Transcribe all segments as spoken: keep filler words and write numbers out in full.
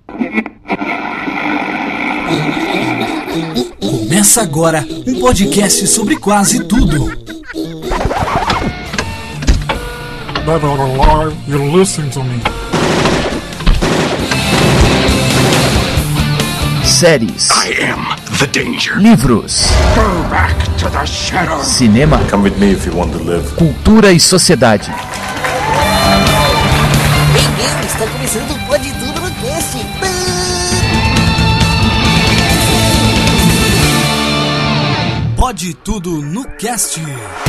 Começa agora um podcast sobre quase tudo. Never alive, you're listening to me. Séries. I am the danger. Livros. Go back to the shadow. Cinema. Come with me if you want to live. Cultura e sociedade. Bem-vindo, está começando o Pode Tudo no Cast. Pode Tudo no Cast.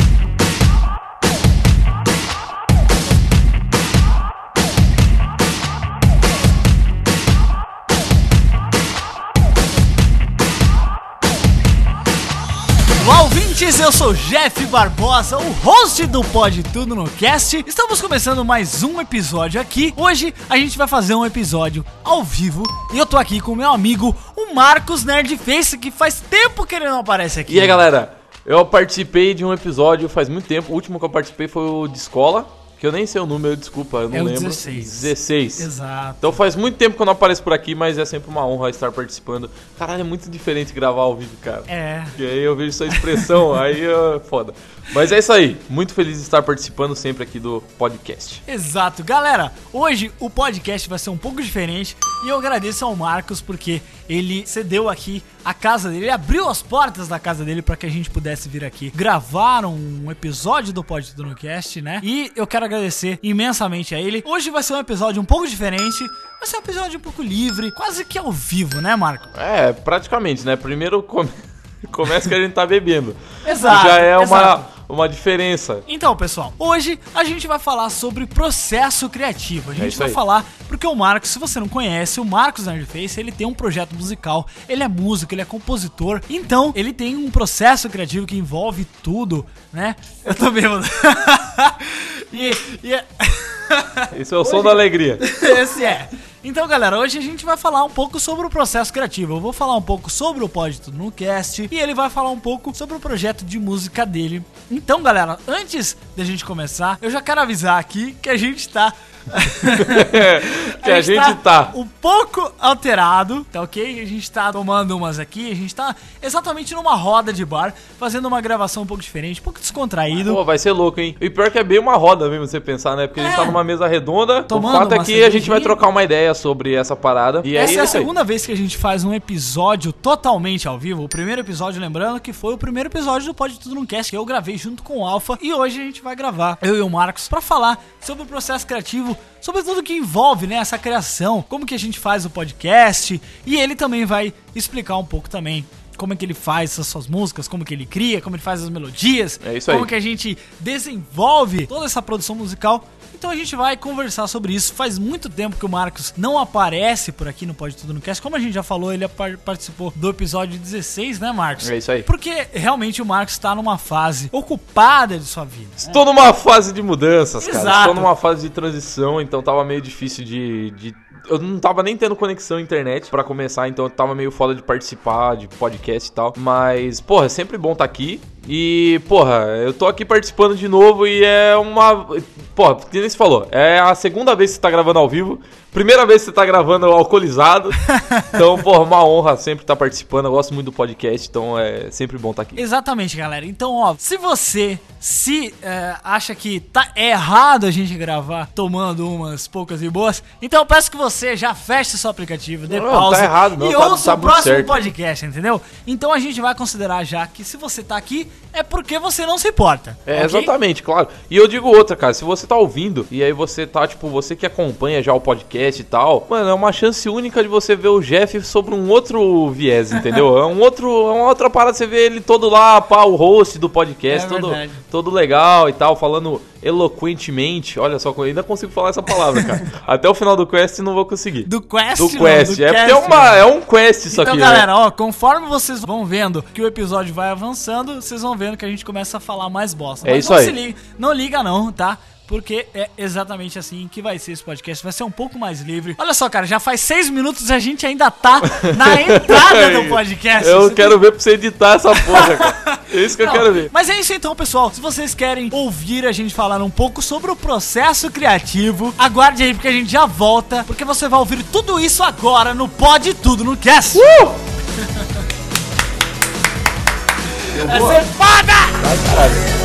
Olá, ouvintes, eu sou Jeff Barbosa, o host do Pode Tudo no Cast. Estamos começando mais um episódio aqui. Hoje a gente vai fazer um episódio ao vivo e eu tô aqui com o meu amigo, o Marcos Nerdface, que faz tempo que ele não aparece aqui. E aí, galera, eu participei de um episódio faz muito tempo. O último que eu participei foi o de escola, que eu nem sei o número, desculpa, eu não É o lembro. dezesseis. dezesseis. Exato. Então faz muito tempo que eu não apareço por aqui, mas é sempre uma honra estar participando. Caralho, é muito diferente gravar ao vivo, cara. É. E aí eu vejo sua expressão, aí é foda. Mas é isso aí, muito feliz de estar participando sempre aqui do podcast. Exato. Galera, hoje o podcast vai ser um pouco diferente e eu agradeço ao Marcos porque ele cedeu aqui a casa dele, ele abriu as portas da casa dele para que a gente pudesse vir aqui gravar um episódio do Pode Tudo no Cast, né? E eu quero agradecer imensamente a ele. Hoje vai ser um episódio um pouco diferente, vai ser um episódio um pouco livre, quase que ao vivo, né, Marco? É, praticamente, né? Primeiro come... começa que a gente tá bebendo. Exato. Já é uma... exato. Uma diferença. Então, pessoal, hoje a gente vai falar sobre processo criativo. A gente É vai aí. falar porque o Marcos, se você não conhece, o Marcos Nerdface, ele tem um projeto musical, ele é músico, ele é compositor, então ele tem um processo criativo que envolve tudo, né? Eu tô bêbado. e, e é... Esse é o som da alegria. Esse é. Então, galera, hoje a gente vai falar um pouco sobre o processo criativo. Eu vou falar um pouco sobre o Pode Tudo no Cast e ele vai falar um pouco sobre o projeto de música dele. Então, galera, antes da gente começar, eu já quero avisar aqui que a gente tá... que a gente tá um pouco alterado, tá ok? A gente tá tomando umas aqui, a gente tá exatamente numa roda de bar, fazendo uma gravação um pouco diferente, um pouco descontraído. Pô, vai ser louco, hein? E pior que é bem uma roda mesmo, você pensar, né? Porque a gente É. tá numa mesa redonda. Tomando o fato é uma que a gente vai cervejinha. trocar uma ideia sobre essa parada. E Essa aí, é a isso aí. segunda vez que a gente faz um episódio totalmente ao vivo. O primeiro episódio, lembrando que foi o primeiro episódio do Pode Tudo no Cast, que eu gravei junto com o Alpha. E hoje a gente vai gravar, eu e o Marcos, pra falar sobre o processo criativo, sobre tudo que envolve, né, essa criação, como que a gente faz o podcast. E ele também vai explicar um pouco também como é que ele faz as suas músicas, como que ele cria, como ele faz as melodias, É isso aí. como que a gente desenvolve toda essa produção musical. Então a gente vai conversar sobre isso. Faz muito tempo que o Marcos não aparece por aqui no Pode Tudo no Cast. Como a gente já falou, ele par- participou do episódio dezesseis, né, Marcos? É isso aí. Porque realmente o Marcos tá numa fase ocupada de sua vida. Estou numa fase de mudanças, cara. Exato. Estou numa fase de transição, então tava meio difícil de... de... Eu não tava nem tendo conexão à internet pra começar, então eu tava meio foda de participar de podcast e tal. Mas, porra, é sempre bom estar aqui. E, porra, eu tô aqui participando de novo e é uma... Porra, como você falou, é a segunda vez que você tá gravando ao vivo. Primeira vez que você tá gravando alcoolizado. Então, porra, uma honra sempre estar participando. Eu gosto muito do podcast, então é sempre bom estar aqui. Exatamente, galera. Então, ó, se você se é, acha que tá errado a gente gravar tomando umas poucas e boas, então eu peço que você já feche seu aplicativo, dê Não, pausa tá errado, não, e tá- ouça tá o muito próximo certo. podcast, entendeu? Então a gente vai considerar já que se você tá aqui, é porque você não se importa. É, ok? exatamente, claro. E eu digo outra, cara, se você tá ouvindo e aí você tá, tipo, você que acompanha já o podcast e tal, mano, é uma chance única de você ver o Jeff sobre um outro viés, entendeu? É um outro, é uma outra parada, você vê ele todo lá, pá, o host do podcast, É todo, verdade. todo legal e tal, falando eloquentemente. Olha só, eu ainda consigo falar essa palavra, cara. Até o final do quest não vou conseguir. Do Quest, Do não, quest. do é porque é, cast, uma, não. é um quest isso Então, aqui, galera, né? ó, conforme vocês vão vendo que o episódio vai avançando, vocês vão vendo que a gente começa a falar mais bosta. É Mas isso não aí. se liga, não liga não, tá? Porque é exatamente assim que vai ser esse podcast. Vai ser um pouco mais livre. Olha só, cara, já faz seis minutos e a gente ainda tá na entrada do podcast. Eu Você quero ver pra você editar essa porra, cara. É isso que Não, eu quero ver. Mas é isso então, pessoal. Se vocês querem ouvir a gente falar um pouco sobre o processo criativo, aguarde aí porque a gente já volta, porque você vai ouvir tudo isso agora no Pode Tudo no Cast. Uh! Vai ser foda! Vai, caralho.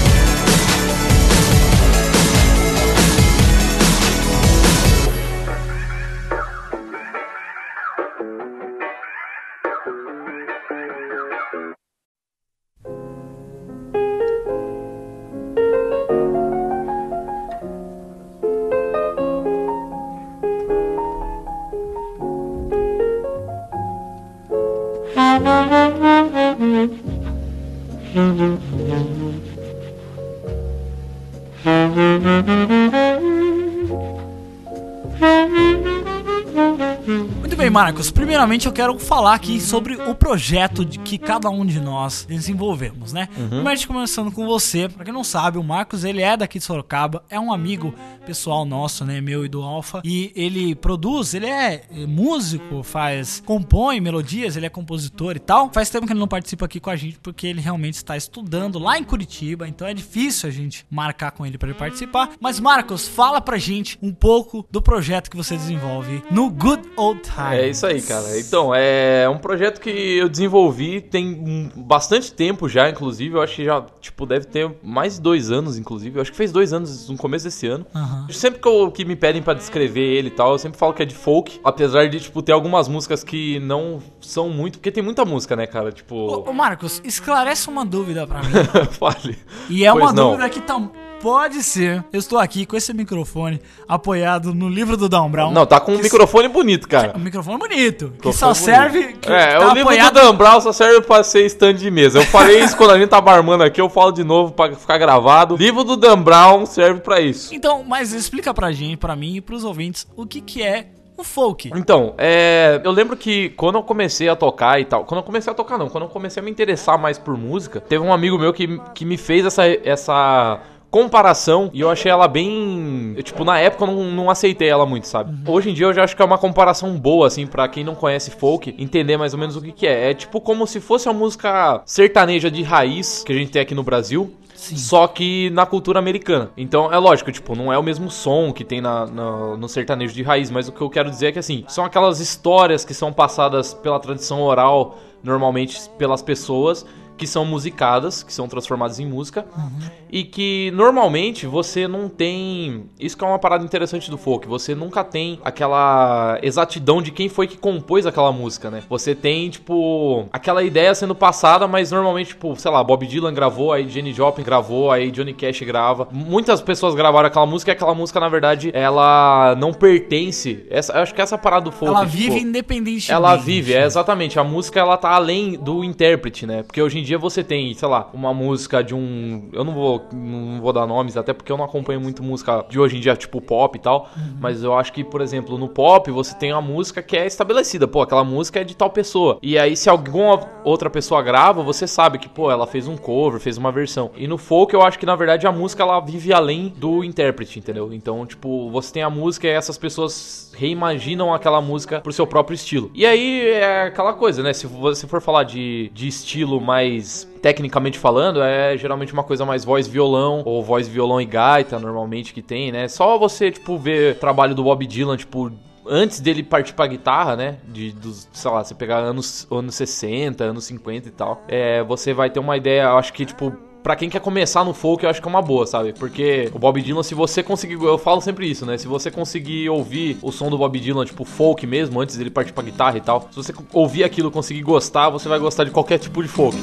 Muito bem, Marcos. Primeiramente eu quero falar aqui sobre o projeto de que cada um de nós desenvolvemos, né? Uhum. Primeiro começando com você. Pra quem não sabe, o Marcos, ele é daqui de Sorocaba, é um amigo pessoal nosso, né? Meu e do Alpha. E ele produz, ele é músico, faz, compõe melodias, ele é compositor e tal. Faz tempo que ele não participa aqui com a gente porque ele realmente está estudando lá em Curitiba, então é difícil a gente marcar com ele pra ele participar. Mas Marcos, fala pra gente um pouco do projeto que você desenvolve no Good Old Times. É isso aí, cara. Então, é um projeto que eu desenvolvi tem bastante tempo já, inclusive. Eu acho que já, tipo, deve ter mais de dois anos, inclusive. Eu acho que fez dois anos no começo desse ano. Uhum. Sempre que, eu, que me pedem pra descrever ele e tal, eu sempre falo que é de folk. Apesar de, tipo, ter algumas músicas que não são muito... Porque tem muita música, né, cara? Tipo... Ô, ô Marcos, esclarece uma dúvida pra mim. Fale. E é Pois uma não. dúvida que tá... Pode ser. Eu estou aqui com esse microfone apoiado no livro do Dan Brown. Não, tá com um microfone bonito, cara. Um microfone bonito. Que Microfone só bonito. serve... Que É, tá o livro apoiado... do Dan Brown só serve pra ser stand de mesa. Eu falei isso quando a gente tava armando aqui, eu falo de novo pra ficar gravado. O livro do Dan Brown serve pra isso. Então, mas explica pra gente, pra mim e pros ouvintes, o que que é o folk. Então, é, eu lembro que quando eu comecei a tocar e tal, quando eu comecei a tocar não, quando eu comecei a me interessar mais por música, teve um amigo meu que, que me fez essa, essa comparação e eu achei ela bem... Eu, tipo, na época eu não, não aceitei ela muito, sabe? Uhum. Hoje em dia eu já acho que é uma comparação boa, assim, pra quem não conhece folk, entender mais ou menos o que que é. É tipo como se fosse uma música sertaneja de raiz que a gente tem aqui no Brasil. Sim. Só que na cultura americana. Então, é lógico, tipo, não é o mesmo som que tem na, na, no sertanejo de raiz, mas o que eu quero dizer é que, assim, são aquelas histórias que são passadas pela tradição oral, normalmente pelas pessoas, que são musicadas, que são transformadas em música, uhum. E que normalmente você não tem... Isso que é uma parada interessante do folk, você nunca tem aquela exatidão de quem foi que compôs aquela música, né? Você tem, tipo, aquela ideia sendo passada, mas normalmente, tipo, sei lá, Bob Dylan gravou, aí Jenny Joplin gravou, aí Johnny Cash grava. Muitas pessoas gravaram aquela música e aquela música, na verdade, ela não pertence... Essa, eu acho que essa parada do folk... Ela tipo, vive independentemente. Ela vive, é exatamente. A música, ela tá além do intérprete, né? Porque hoje em dia você tem, sei lá, uma música de um... Eu não vou, não vou dar nomes, até porque eu não acompanho muito música de hoje em dia, tipo pop e tal. Uhum. Mas eu acho que, por exemplo, no pop você tem uma música que é estabelecida. Pô, aquela música é de tal pessoa. E aí, se alguma outra pessoa grava, você sabe que, pô, ela fez um cover, fez uma versão. E no folk, eu acho que, na verdade, a música, ela vive além do intérprete, entendeu? Então, tipo, você tem a música e essas pessoas reimaginam aquela música pro seu próprio estilo. E aí, é aquela coisa, né? Se você for falar de, de estilo mais... Tecnicamente falando, é geralmente uma coisa mais voz violão, ou voz violão e gaita, normalmente, que tem, né? Só você, tipo, ver o trabalho do Bob Dylan, tipo, antes dele partir pra guitarra, né? De, dos, sei lá, você pegar anos, anos sessenta, anos cinquenta e tal, é, você vai ter uma ideia, eu acho que, tipo, pra quem quer começar no folk, eu acho que é uma boa, sabe? Porque o Bob Dylan, se você conseguir... Eu falo sempre isso, né? Se você conseguir ouvir o som do Bob Dylan, tipo, folk mesmo, antes dele partir pra guitarra e tal, se você ouvir aquilo e conseguir gostar, você vai gostar de qualquer tipo de folk.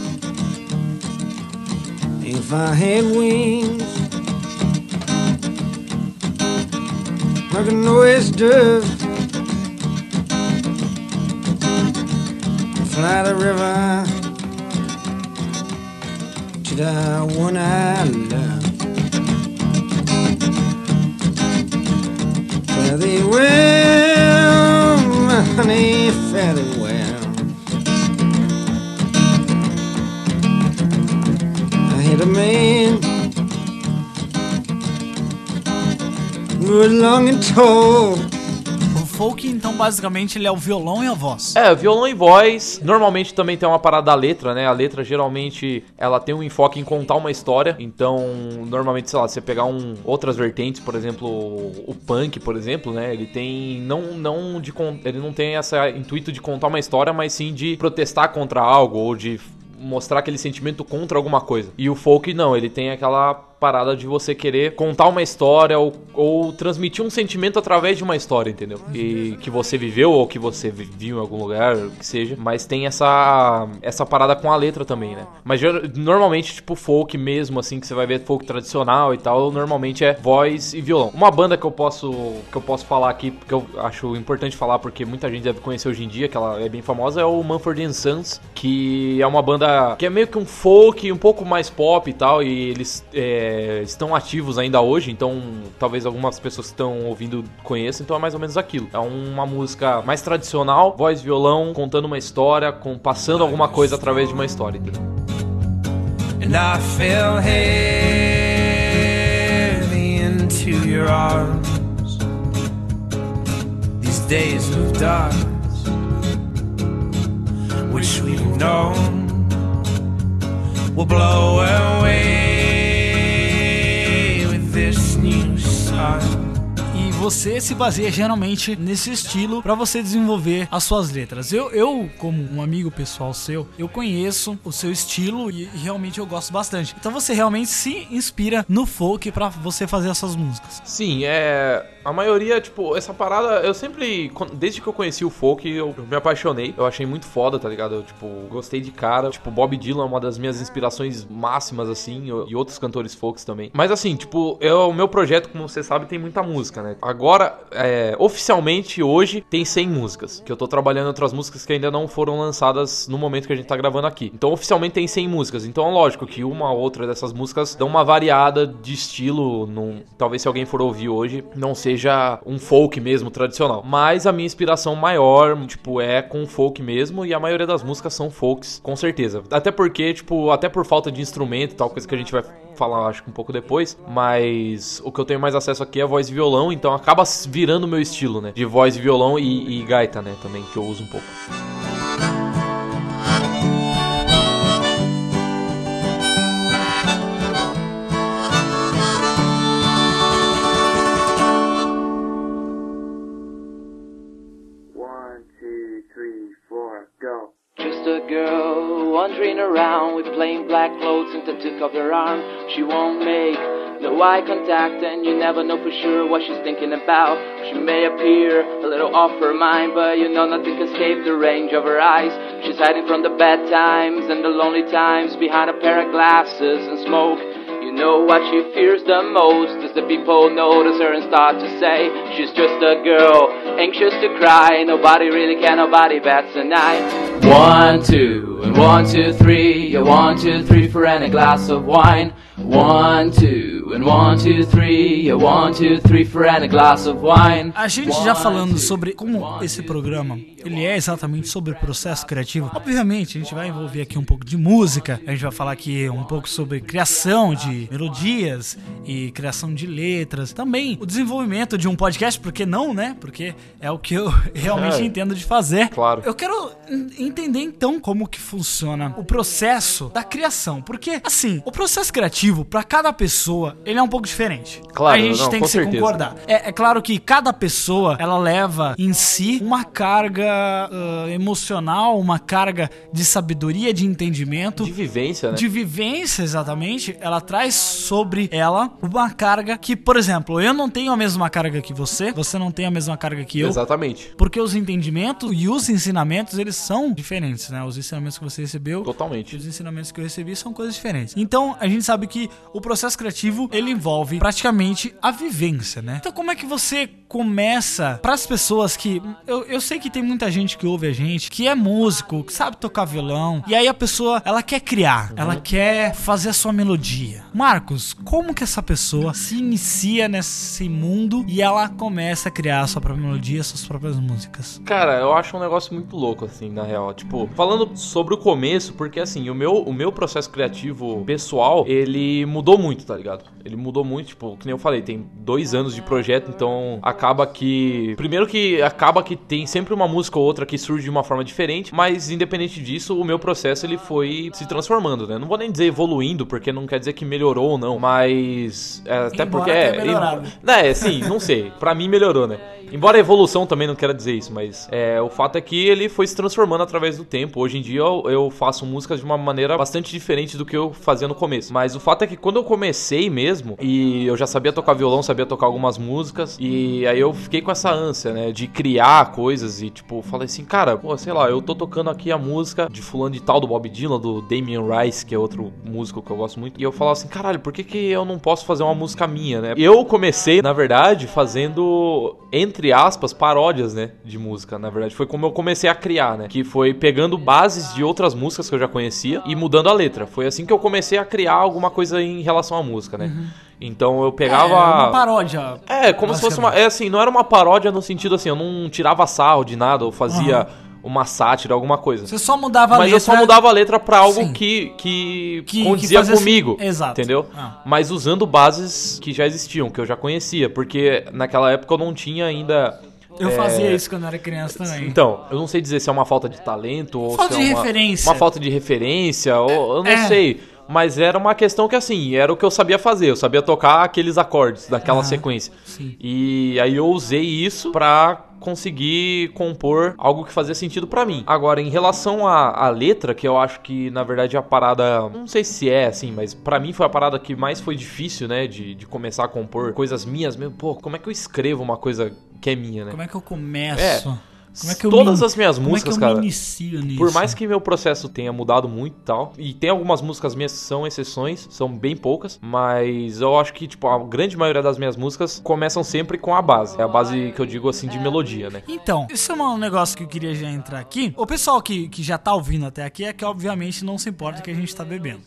If I had wings like a noise dove, fly the river to the one I love. Fare thee well, my honey, fare thee well. A man good long and tall. folk, então basicamente ele é o violão e a voz. É, violão e voz. Normalmente também tem uma parada da letra, né? A letra geralmente ela tem um enfoque em contar uma história. Então, normalmente, sei lá, você pegar um, outras vertentes, por exemplo, o punk, por exemplo, né? Ele tem não não de ele não tem esse intuito de contar uma história, mas sim de protestar contra algo ou de mostrar aquele sentimento contra alguma coisa. E o folk não, ele tem aquela parada de você querer contar uma história ou, ou transmitir um sentimento através de uma história, entendeu? E que você viveu ou que você viu em algum lugar, que seja, mas tem essa essa parada com a letra também, né? Mas normalmente, tipo, folk mesmo, assim, que você vai ver folk tradicional e tal, normalmente é voz e violão. Uma banda que eu posso que eu posso falar aqui, que eu acho importante falar, porque muita gente deve conhecer hoje em dia, que ela é bem famosa, é o Mumford and Sons, que é uma banda que é meio que um folk, um pouco mais pop e tal, e eles é, estão ativos ainda hoje, então talvez algumas pessoas que estão ouvindo conheçam, então é mais ou menos aquilo. É uma música mais tradicional, voz, violão, contando uma história, com, passando alguma coisa através de uma história, entendeu? And I fell heavy into your arms. These days of dark, which we've known, will blow away with this new sun. E você se baseia geralmente nesse estilo pra você desenvolver as suas letras. Eu, eu, como um amigo pessoal seu, eu conheço o seu estilo e realmente eu gosto bastante. Então você realmente se inspira no folk pra você fazer essas músicas. Sim, é... A maioria, tipo, essa parada, eu sempre, desde que eu conheci o folk, eu me apaixonei. Eu achei muito foda, tá ligado? Eu, tipo, gostei de cara. Tipo, Bob Dylan é uma das minhas inspirações máximas, assim, e outros cantores folks também. Mas, assim, tipo, eu, o meu projeto, como você sabe, tem muita música, né? Agora, é, oficialmente, hoje, tem cem músicas. Que eu tô trabalhando em outras músicas que ainda não foram lançadas no momento que a gente tá gravando aqui. Então, oficialmente, tem cem músicas. Então, lógico que uma ou outra dessas músicas dão uma variada de estilo. Num, talvez se alguém for ouvir hoje, não sei, seja um folk mesmo, tradicional. Mas a minha inspiração maior, tipo, é com folk mesmo, e a maioria das músicas são folks, com certeza. Até porque, tipo, até por falta de instrumento e tal, coisa que a gente vai falar, acho que um pouco depois, mas o que eu tenho mais acesso aqui é voz e violão, então acaba virando o meu estilo, né? De voz e violão e, e gaita, né? Também, que eu uso um pouco. Wandering around with plain black clothes and tattoo of her arm. She won't make no eye contact, and you never know for sure what she's thinking about. She may appear a little off her mind, but you know nothing can escape the range of her eyes. She's hiding from the bad times and the lonely times behind a pair of glasses and smoke. You know what she fears the most is the people notice her and start to say she's just a girl, anxious to cry. Nobody really can, nobody bats an eye. One, two, and one, two, three. Yeah, one, two, three for any glass of wine. One, two, and one, two, three. Yeah, one, two, three for any glass of wine. A gente já falando sobre como esse programa, ele é exatamente sobre o processo criativo. Obviamente, a gente vai envolver aqui um pouco de música, a gente vai falar aqui um pouco sobre criação de melodias e criação de letras. Também o desenvolvimento de um podcast, por que não, né? Porque é o que eu realmente é, entendo de fazer. Claro. Eu quero entender então como que funciona o processo da criação, porque assim, o processo criativo para cada pessoa, ele é um pouco diferente. Claro, a gente não, tem com que se certeza. concordar. É, é claro que cada pessoa, ela leva em si uma carga uh, emocional, uma carga de sabedoria, de entendimento, de vivência, né? De vivência, exatamente. Ela traz sobre ela uma carga que, por exemplo, eu não tenho a mesma carga que você, você não tem a mesma carga que eu. Exatamente. Porque os entendimentos e os ensinamentos, eles são diferentes, né? Os ensinamentos que você recebeu, totalmente, e os ensinamentos que eu recebi são coisas diferentes. Então, a gente sabe que o processo criativo, ele envolve praticamente a vivência, né? Então, como é que você começa para as pessoas que... Eu, eu sei que tem muita gente que ouve a gente, que é músico, que sabe tocar violão, e aí a pessoa, ela quer criar, uhum. ela quer fazer a sua melodia. Marcos, como que essa pessoa se inicia nesse mundo e ela começa a criar a sua própria melodia, suas próprias músicas? Cara, eu acho um negócio muito louco, assim, na real. Tipo, falando sobre o começo, porque assim, o meu, o meu processo criativo pessoal, ele mudou muito, tá ligado? Ele mudou muito, tipo, que nem eu falei, tem dois anos de projeto, então a acaba que... Primeiro que acaba que tem sempre uma música ou outra que surge de uma forma diferente, mas independente disso, o meu processo ele foi se transformando, né? Não vou nem dizer evoluindo, porque não quer dizer que melhorou ou não, mas... É, até Embora porque... tenha É, melhorado. é, sim, não sei. Pra mim melhorou, né? Embora a evolução também não queira dizer isso, mas é, o fato é que ele foi se transformando através do tempo. Hoje em dia eu, eu faço músicas de uma maneira bastante diferente do que eu fazia no começo. Mas o fato é que quando eu comecei mesmo, e eu já sabia tocar violão, sabia tocar algumas músicas, e aí eu fiquei com essa ânsia, né, de criar coisas e tipo, falei assim, cara, pô, sei lá, eu tô tocando aqui a música de fulano de tal, do Bob Dylan, do Damien Rice, que é outro músico que eu gosto muito, e eu falava assim, caralho, por que que eu não posso fazer uma música minha, né? Eu comecei, na verdade, fazendo, entre aspas, paródias, né, de música, na verdade, foi como eu comecei a criar, né, que foi pegando bases de outras músicas que eu já conhecia e mudando a letra. Foi assim que eu comecei a criar alguma coisa em relação à música, né. Uhum. Então eu pegava... É, uma paródia. É, como se fosse uma... É assim, não era uma paródia no sentido assim, eu não tirava sarro de nada, ou fazia... Uhum. Uma sátira, alguma coisa. Você só mudava a Mas letra. Mas eu só mudava a letra pra algo que, que, que condizia que comigo. Assim. Exato. Entendeu? Ah. Mas usando bases que já existiam, que eu já conhecia. Porque naquela época eu não tinha ainda... Eu é... fazia isso quando era criança também. Então, eu não sei dizer se é uma falta de talento ou falta se é de uma, referência. uma falta de referência, ou eu não é. sei. Mas era uma questão que, assim, era o que eu sabia fazer. Eu sabia tocar aqueles acordes daquela ah, sequência. Sim. E aí eu usei isso pra conseguir compor algo que fazia sentido pra mim. Agora, em relação à, à letra, que eu acho que, na verdade, a parada... Não sei se é, assim, mas pra mim foi a parada que mais foi difícil, né? De, de começar a compor coisas minhas mesmo. Pô, como é que eu escrevo uma coisa que é minha, né? Como é que eu começo? É. Como é que eu Todas me, as minhas músicas, como é que eu cara, me inicio nisso? Por mais que meu processo tenha mudado muito e tal, e tem algumas músicas minhas que são exceções, são bem poucas, mas eu acho que, tipo, a grande maioria das minhas músicas começam sempre com a base. É a base que eu digo, assim, de melodia, né? Então, isso é um negócio que eu queria já entrar aqui. O pessoal que, que já tá ouvindo até aqui é que, obviamente, não se importa que a gente tá bebendo.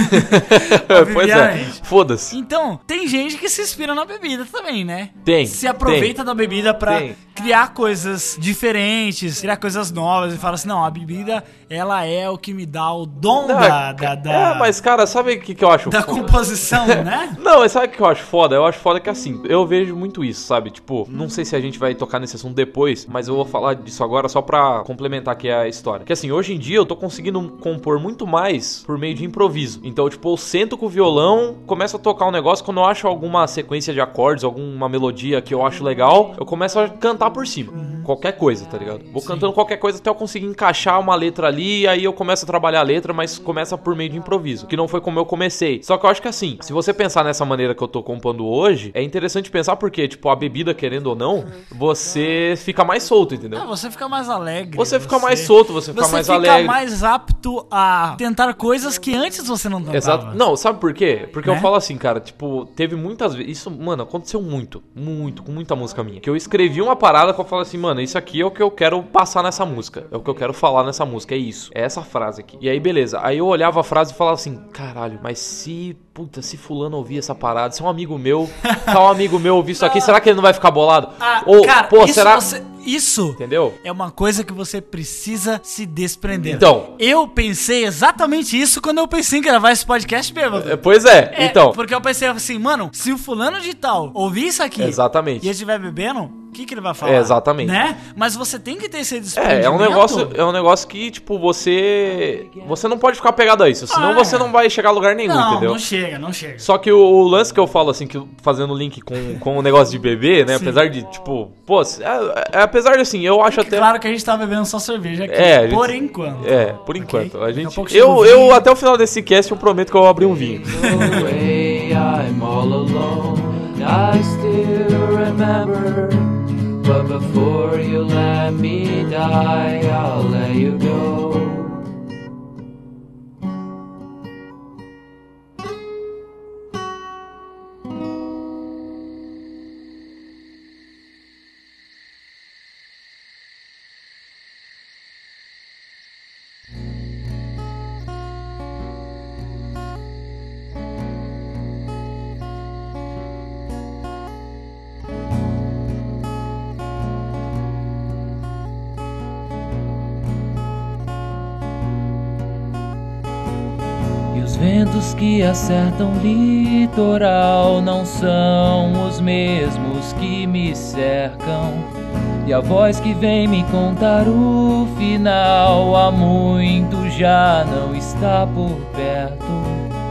Pois é, foda-se. Então, tem gente que se inspira na bebida também, né? Tem. Se aproveita tem, da bebida pra tem. criar coisas diferentes, criar coisas novas e fala assim, não, a bebida, ela é o que me dá o dom não, da, da, da... É, mas cara, sabe o que, que eu acho da foda? Composição, né? Não, mas sabe o que eu acho foda? Eu acho foda que assim, eu vejo muito isso, sabe? Tipo, não sei se a gente vai tocar nesse assunto depois, mas eu vou falar disso agora só pra complementar aqui a história. Que assim, hoje em dia eu tô conseguindo compor muito mais por meio de improviso. Então, tipo, eu sento com o violão, começo a tocar um negócio, quando eu acho alguma sequência de acordes, alguma melodia que eu acho legal, eu começo a cantar por cima. Uhum. Qualquer coisa, tá ligado? Vou Sim. cantando qualquer coisa até eu conseguir encaixar uma letra ali, e aí eu começo a trabalhar a letra, mas começa por meio de improviso, que não foi como eu comecei. Só que eu acho que assim, se você pensar nessa maneira que eu tô compondo hoje, é interessante pensar porque, tipo, a bebida, querendo ou não, você fica mais solto, entendeu? Não, você fica mais alegre. Você, você fica mais solto, você fica você mais fica alegre. Você fica mais apto a tentar coisas que antes você não tentava. Exato. Não, sabe por quê? Porque né? eu falo assim, cara, tipo, teve muitas vezes... Isso, mano, aconteceu muito, muito, com muita música minha. Que eu escrevi uma parada que eu falo assim, mano, isso aqui é o que eu quero passar nessa música. É o que eu quero falar nessa música, é isso. É essa frase aqui. E aí, beleza. Aí eu olhava a frase e falava assim, caralho, mas se... Puta, se fulano ouvir essa parada, se é um amigo meu, se um amigo meu ouvir isso aqui, será que ele não vai ficar bolado? Ah, Ou, cara, pô, isso será... Você, isso entendeu? É uma coisa que você precisa se desprender. Então... Eu pensei exatamente isso quando eu pensei em gravar esse podcast mesmo. É, pois é, é, então... Porque eu pensei assim, mano, se o fulano de tal ouvir isso aqui... Exatamente. E ele estiver bebendo... O que, que ele vai falar? É, exatamente. Né? Mas você tem que ter esse desprendimento. É, é um negócio, é um negócio que, tipo, você... Você não pode ficar pegado a isso, senão ah, é. você não vai chegar a lugar nenhum, não, entendeu? Não, não chega, não chega. Só que o, o lance que eu falo, assim, que fazendo link com, com o negócio de beber, né? Sim. Apesar de, tipo... Pô, é, é, apesar de, assim, eu acho é até... Claro que a gente tá bebendo só cerveja aqui, é, gente, por enquanto. É, por enquanto. Okay? A gente, eu, eu, até o final desse cast, eu prometo que eu vou abrir um vinho. But before you let me die, I'll let you go. ventos que acertam litoral não são os mesmos que me cercam. E a voz que vem me contar o final há muito já não está por perto.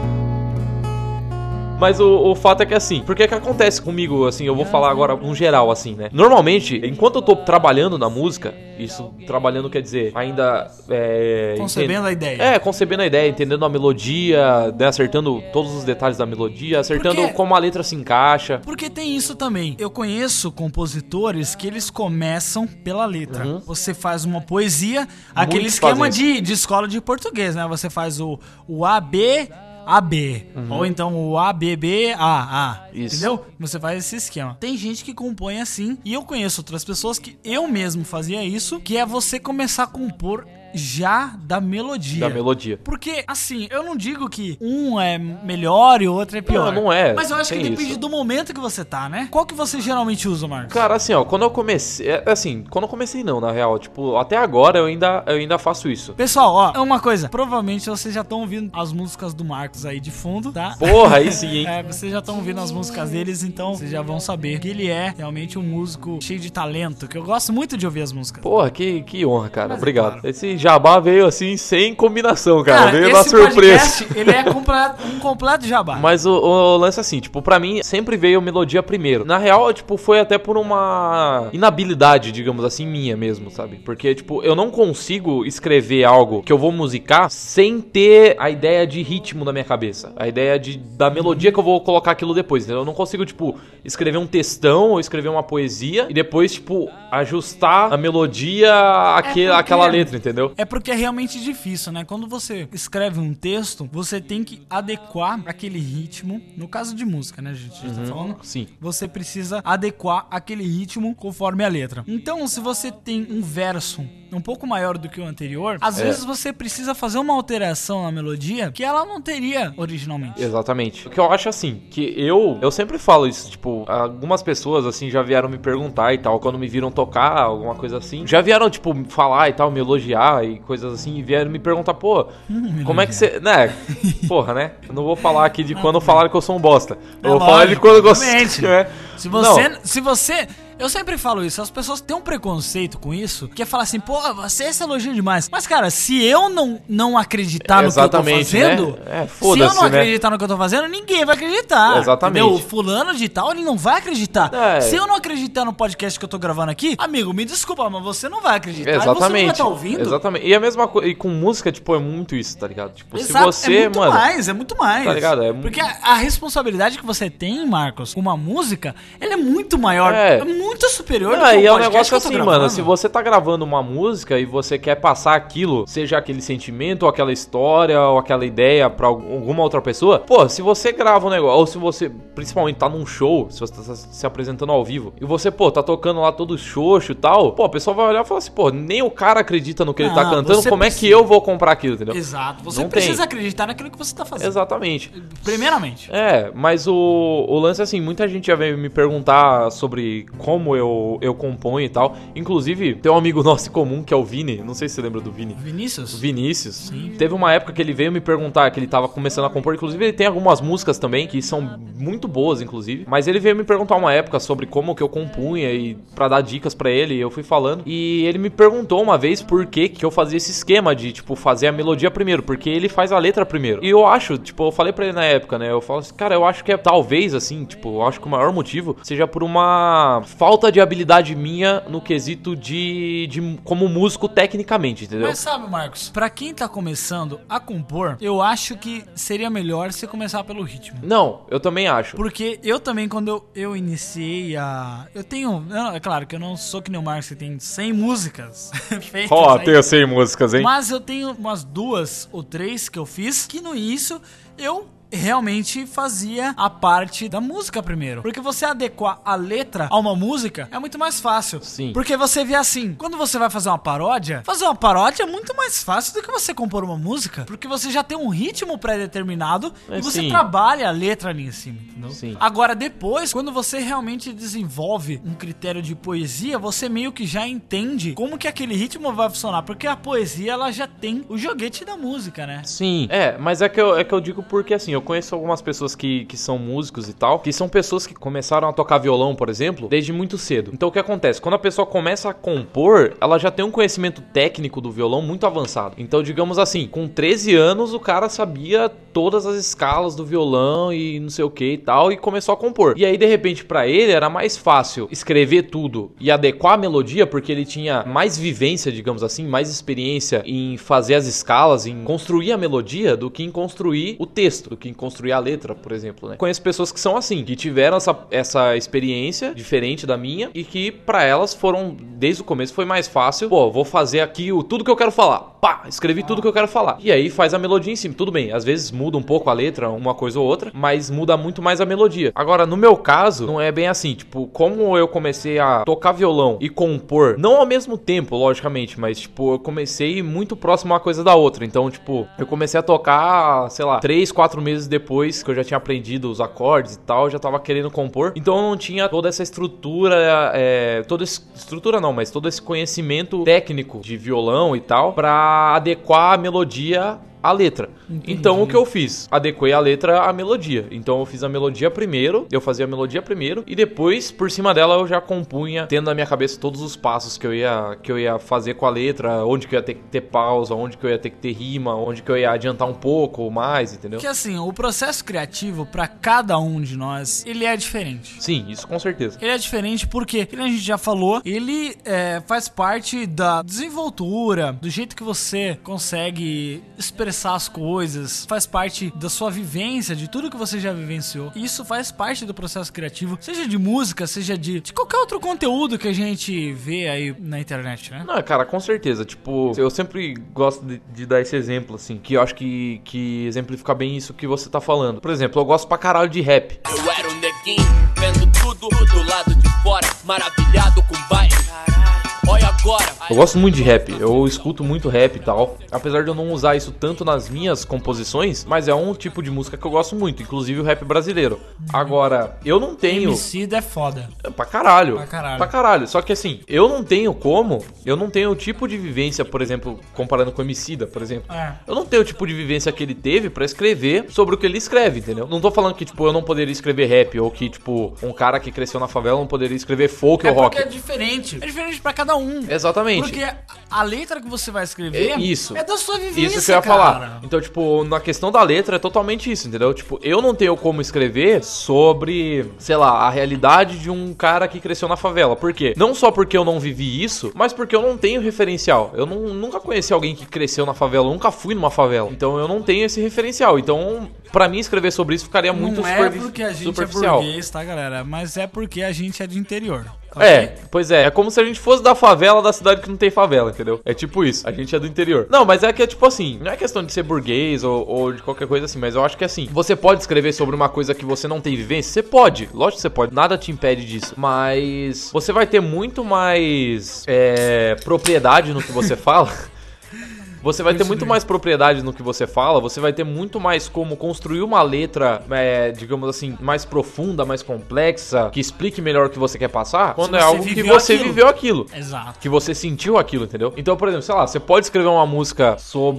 Mas o, o fato é que assim, porque que acontece comigo, assim, eu vou falar agora no geral, assim, né? Normalmente, enquanto eu tô trabalhando na música, isso, trabalhando quer dizer, ainda... É, concebendo entend... a ideia. É, concebendo a ideia, entendendo a melodia, né, acertando todos os detalhes da melodia, acertando Porque... como a letra se encaixa. Porque tem isso também. Eu conheço compositores que eles começam pela letra. Uhum. Você faz uma poesia, aquele Muitos esquema de, de escola de português, né? Você faz o, o A, B... A B, uhum. Ou então o A, B, B, A, A, isso. Entendeu? Você faz esse esquema. Tem gente que compõe assim, e eu conheço outras pessoas que eu mesmo fazia isso, que é você começar a compor já da melodia. Da melodia. Porque, assim, eu não digo que um é melhor e o outro é pior. Não, não é. Mas eu acho que depende isso. do momento que você tá, né? Qual que você geralmente usa, Marcos? Cara, assim, ó, quando eu comecei... Assim, quando eu comecei não, na real. Tipo, até agora eu ainda, eu ainda faço isso. Pessoal, ó, é uma coisa. Provavelmente vocês já estão ouvindo as músicas do Marcos aí de fundo, tá? Porra, aí sim, hein? É, vocês já estão ouvindo as músicas deles, então vocês já vão saber que ele é realmente um músico cheio de talento, que eu gosto muito de ouvir as músicas. Porra, que, que honra, cara. Mas obrigado. É claro. Esse jabá veio assim, sem combinação, cara. Cara, veio na esse surpresa. podcast, ele é completo, um completo jabá. Mas o, o lance assim, tipo, pra mim sempre veio melodia primeiro. Na real, tipo, foi até por uma inabilidade, digamos assim, minha mesmo, sabe? Porque, tipo, eu não consigo escrever algo que eu vou musicar sem ter a ideia de ritmo na minha cabeça. A ideia de, da melodia que eu vou colocar aquilo depois, entendeu? Eu não consigo, tipo, escrever um textão ou escrever uma poesia e depois, tipo, ajustar a melodia àquele, é porque, àquela letra, entendeu? É porque é realmente difícil, né? Quando você escreve um texto, você tem que adequar aquele ritmo. No caso de música, né, gente? A gente uhum, tá falando. Sim. Você precisa adequar aquele ritmo conforme a letra. Então, se você tem um verso um pouco maior do que o anterior, às é. vezes você precisa fazer uma alteração na melodia que ela não teria originalmente. Exatamente. O que eu acho assim, que eu eu sempre falo isso, tipo, algumas pessoas assim já vieram me perguntar e tal, quando me viram tocar, alguma coisa assim, já vieram, tipo, falar e tal, me elogiar e coisas assim, e vieram me perguntar, pô, hum, como é que você, né, porra, né, eu não vou falar aqui de quando falaram que eu sou um bosta, eu é vou lógico, falar de quando eu gosto, né? Se você, não. se você Eu sempre falo isso, as pessoas têm um preconceito com isso, que é falar assim, pô, você se elogia demais. Mas, cara, se eu não, não acreditar no que eu tô fazendo, né? é, se eu não né? acreditar no que eu tô fazendo, ninguém vai acreditar. Exatamente. Entendeu? O fulano de tal, ele não vai acreditar. É. Se eu não acreditar no podcast que eu tô gravando aqui, amigo, me desculpa, mas você não vai acreditar. Exatamente. Você não vai estar ouvindo. Exatamente. E a mesma coisa, e com música, tipo, é muito isso, tá ligado? Tipo, Exato, se você, é muito mano... mais, é muito mais. Tá ligado? É Porque a, a responsabilidade que você tem, Marcos, com uma música, ela é muito maior, é, é muito superior não, do que e é um podcast negócio que assim, eu tô mano, se você tá gravando uma música e você quer passar aquilo, seja aquele sentimento, ou aquela história, ou aquela ideia pra alguma outra pessoa, pô, se você grava um negócio, ou se você, principalmente, tá num show, se você tá se apresentando ao vivo, e você, pô, tá tocando lá todo xoxo e tal, pô, a pessoa vai olhar e falar assim, pô, nem o cara acredita no que não, ele tá cantando, como precisa... é que eu vou comprar aquilo, entendeu? Exato, você não precisa tem. acreditar naquilo que você tá fazendo. Exatamente. Primeiramente. É, mas o, o lance, assim, muita gente já veio me perguntar sobre como eu, eu componho e tal. Inclusive, tem um amigo nosso em comum, que é o Vini. Não sei se você lembra do Vini. Vinícius? Vinícius. Sim. Teve uma época que ele veio me perguntar, que ele tava começando a compor. Inclusive, ele tem algumas músicas também, que são muito boas, inclusive. Mas ele veio me perguntar uma época sobre como que eu compunha e pra dar dicas pra ele. E eu fui falando. E ele me perguntou uma vez por que que eu fazia esse esquema de, tipo, fazer a melodia primeiro. Porque ele faz a letra primeiro. E eu acho, tipo, eu falei pra ele na época, né? Eu falo assim, cara, eu acho que é talvez, assim, tipo, eu acho que o maior motivo seja por uma falta de habilidade minha no quesito de, de como músico tecnicamente, entendeu? Mas sabe, Marcos, pra quem tá começando a compor, eu acho que seria melhor você começar pelo ritmo. Não, eu também acho. Porque eu também, quando eu, eu iniciei a... Eu tenho... Eu, é claro que eu não sou que nem o Marcos, que tem cem músicas feitas. Ó, oh, aí, tenho cem músicas, hein? Mas eu tenho umas duas ou três que eu fiz, que no início eu realmente fazia a parte da música primeiro. Porque você adequar a letra a uma música é muito mais fácil. Sim. Porque você vê assim, quando você vai fazer uma paródia, fazer uma paródia é muito mais fácil do que você compor uma música. Porque você já tem um ritmo pré-determinado É, e você sim. trabalha a letra ali em cima, entendeu? Sim. Agora depois, quando você realmente desenvolve um critério de poesia, você meio que já entende como que aquele ritmo vai funcionar. Porque a poesia, ela já tem o joguete da música, né? Sim, é, mas é que, eu, é que eu digo porque, assim, eu conheço algumas pessoas que, que são músicos e tal, que são pessoas que começaram a tocar violão, por exemplo, desde muito cedo. Então o que acontece? Quando a pessoa começa a compor, ela já tem um conhecimento técnico do violão muito avançado. Então, digamos assim, com treze anos, o cara sabia todas as escalas do violão e não sei o que e tal, e começou a compor. E aí, de repente, pra ele, era mais fácil escrever tudo e adequar a melodia, porque ele tinha mais vivência, digamos assim, mais experiência em fazer as escalas, em construir a melodia, do que em construir o texto, do que em construir a letra, por exemplo, né? Conheço pessoas que são assim, que tiveram essa, essa experiência diferente da minha e que pra elas foram, desde o começo, foi mais fácil. Pô, vou fazer aqui o, tudo que eu quero falar. Pá, escrevi tudo que eu quero falar. E aí faz a melodia em cima. Tudo bem, às vezes muda um pouco a letra, uma coisa ou outra, mas muda muito mais a melodia. Agora, no meu caso, não é bem assim. Tipo, como eu comecei a tocar violão e compor, não ao mesmo tempo, logicamente, mas, tipo, eu comecei muito próximo uma coisa da outra. Então, tipo, eu comecei a tocar, sei lá, três, quatro meses depois que eu já tinha aprendido os acordes e tal, eu já tava querendo compor. Então eu não tinha toda essa estrutura, é, toda essa estrutura não, mas todo esse conhecimento técnico de violão e tal, pra adequar a melodia a letra. Entendi. Então o que eu fiz? Adequei a letra à melodia. Então eu fiz a melodia primeiro, eu fazia a melodia primeiro e depois, por cima dela, eu já compunha, tendo na minha cabeça todos os passos que eu ia, que eu ia fazer com a letra, onde que eu ia ter que ter pausa, onde que eu ia ter que ter rima, onde que eu ia adiantar um pouco ou mais, entendeu? Porque assim, o processo criativo pra cada um de nós, ele é diferente. Sim, isso com certeza. Ele é diferente porque, como a gente já falou, ele é, faz parte da desenvoltura, do jeito que você consegue expressar as coisas, faz parte da sua vivência, de tudo que você já vivenciou. E isso faz parte do processo criativo, seja de música, seja de, de qualquer outro conteúdo que a gente vê aí na internet, né? Não, cara, com certeza. Tipo, eu sempre gosto de, de dar esse exemplo, assim, que eu acho que, que exemplifica bem isso que você tá falando. Por exemplo, eu gosto pra caralho de rap. Eu era um neguinho, vendo tudo do lado de fora, maravilhado com baile. Olha agora. Eu gosto muito de rap, eu escuto muito rap e tal. Apesar de eu não usar isso tanto nas minhas composições, mas é um tipo de música que eu gosto muito, inclusive o rap brasileiro. Agora, eu não tenho... Emicida é foda. Pra caralho. Pra caralho. Pra caralho. Só que assim, eu não tenho como, eu não tenho o tipo de vivência, por exemplo, comparando com o Emicida, por exemplo. É. Eu não tenho o tipo de vivência que ele teve pra escrever sobre o que ele escreve, entendeu? Não tô falando que, tipo, eu não poderia escrever rap, ou que, tipo, um cara que cresceu na favela não poderia escrever folk É ou rock. porque é diferente. É diferente pra cada um. Exatamente. Porque a letra que você vai escrever É isso. é da sua vivência, Isso que eu ia cara. falar. Então, tipo, na questão da letra é totalmente isso, entendeu? Tipo, eu não tenho como escrever sobre, sei lá, a realidade de um cara que cresceu na favela. Por quê? Não só porque eu não vivi isso, mas porque eu não tenho referencial. Eu não, nunca conheci alguém que cresceu na favela, eu nunca fui numa favela. Então eu não tenho esse referencial. Então, pra mim, escrever sobre isso ficaria muito Não é superfi- porque a gente superficial. é burguês, tá, galera? Mas é porque a gente é do interior. É, pois é, é como se a gente fosse da favela da cidade que não tem favela, entendeu? É tipo isso, a gente é do interior. Não, mas é que é tipo assim, não é questão de ser burguês ou, ou de qualquer coisa assim, mas eu acho que assim, você pode escrever sobre uma coisa que você não tem vivência? Você pode, lógico que você pode, nada te impede disso, mas você vai ter muito mais é, propriedade no que você fala. Você vai ter muito mais propriedade no que você fala, você vai ter muito mais como construir uma letra, é, digamos assim, mais profunda, mais complexa, que explique melhor o que você quer passar, quando é algo que você viveu aquilo. Exato. Que você sentiu aquilo, entendeu? Então, por exemplo, sei lá, você pode escrever uma música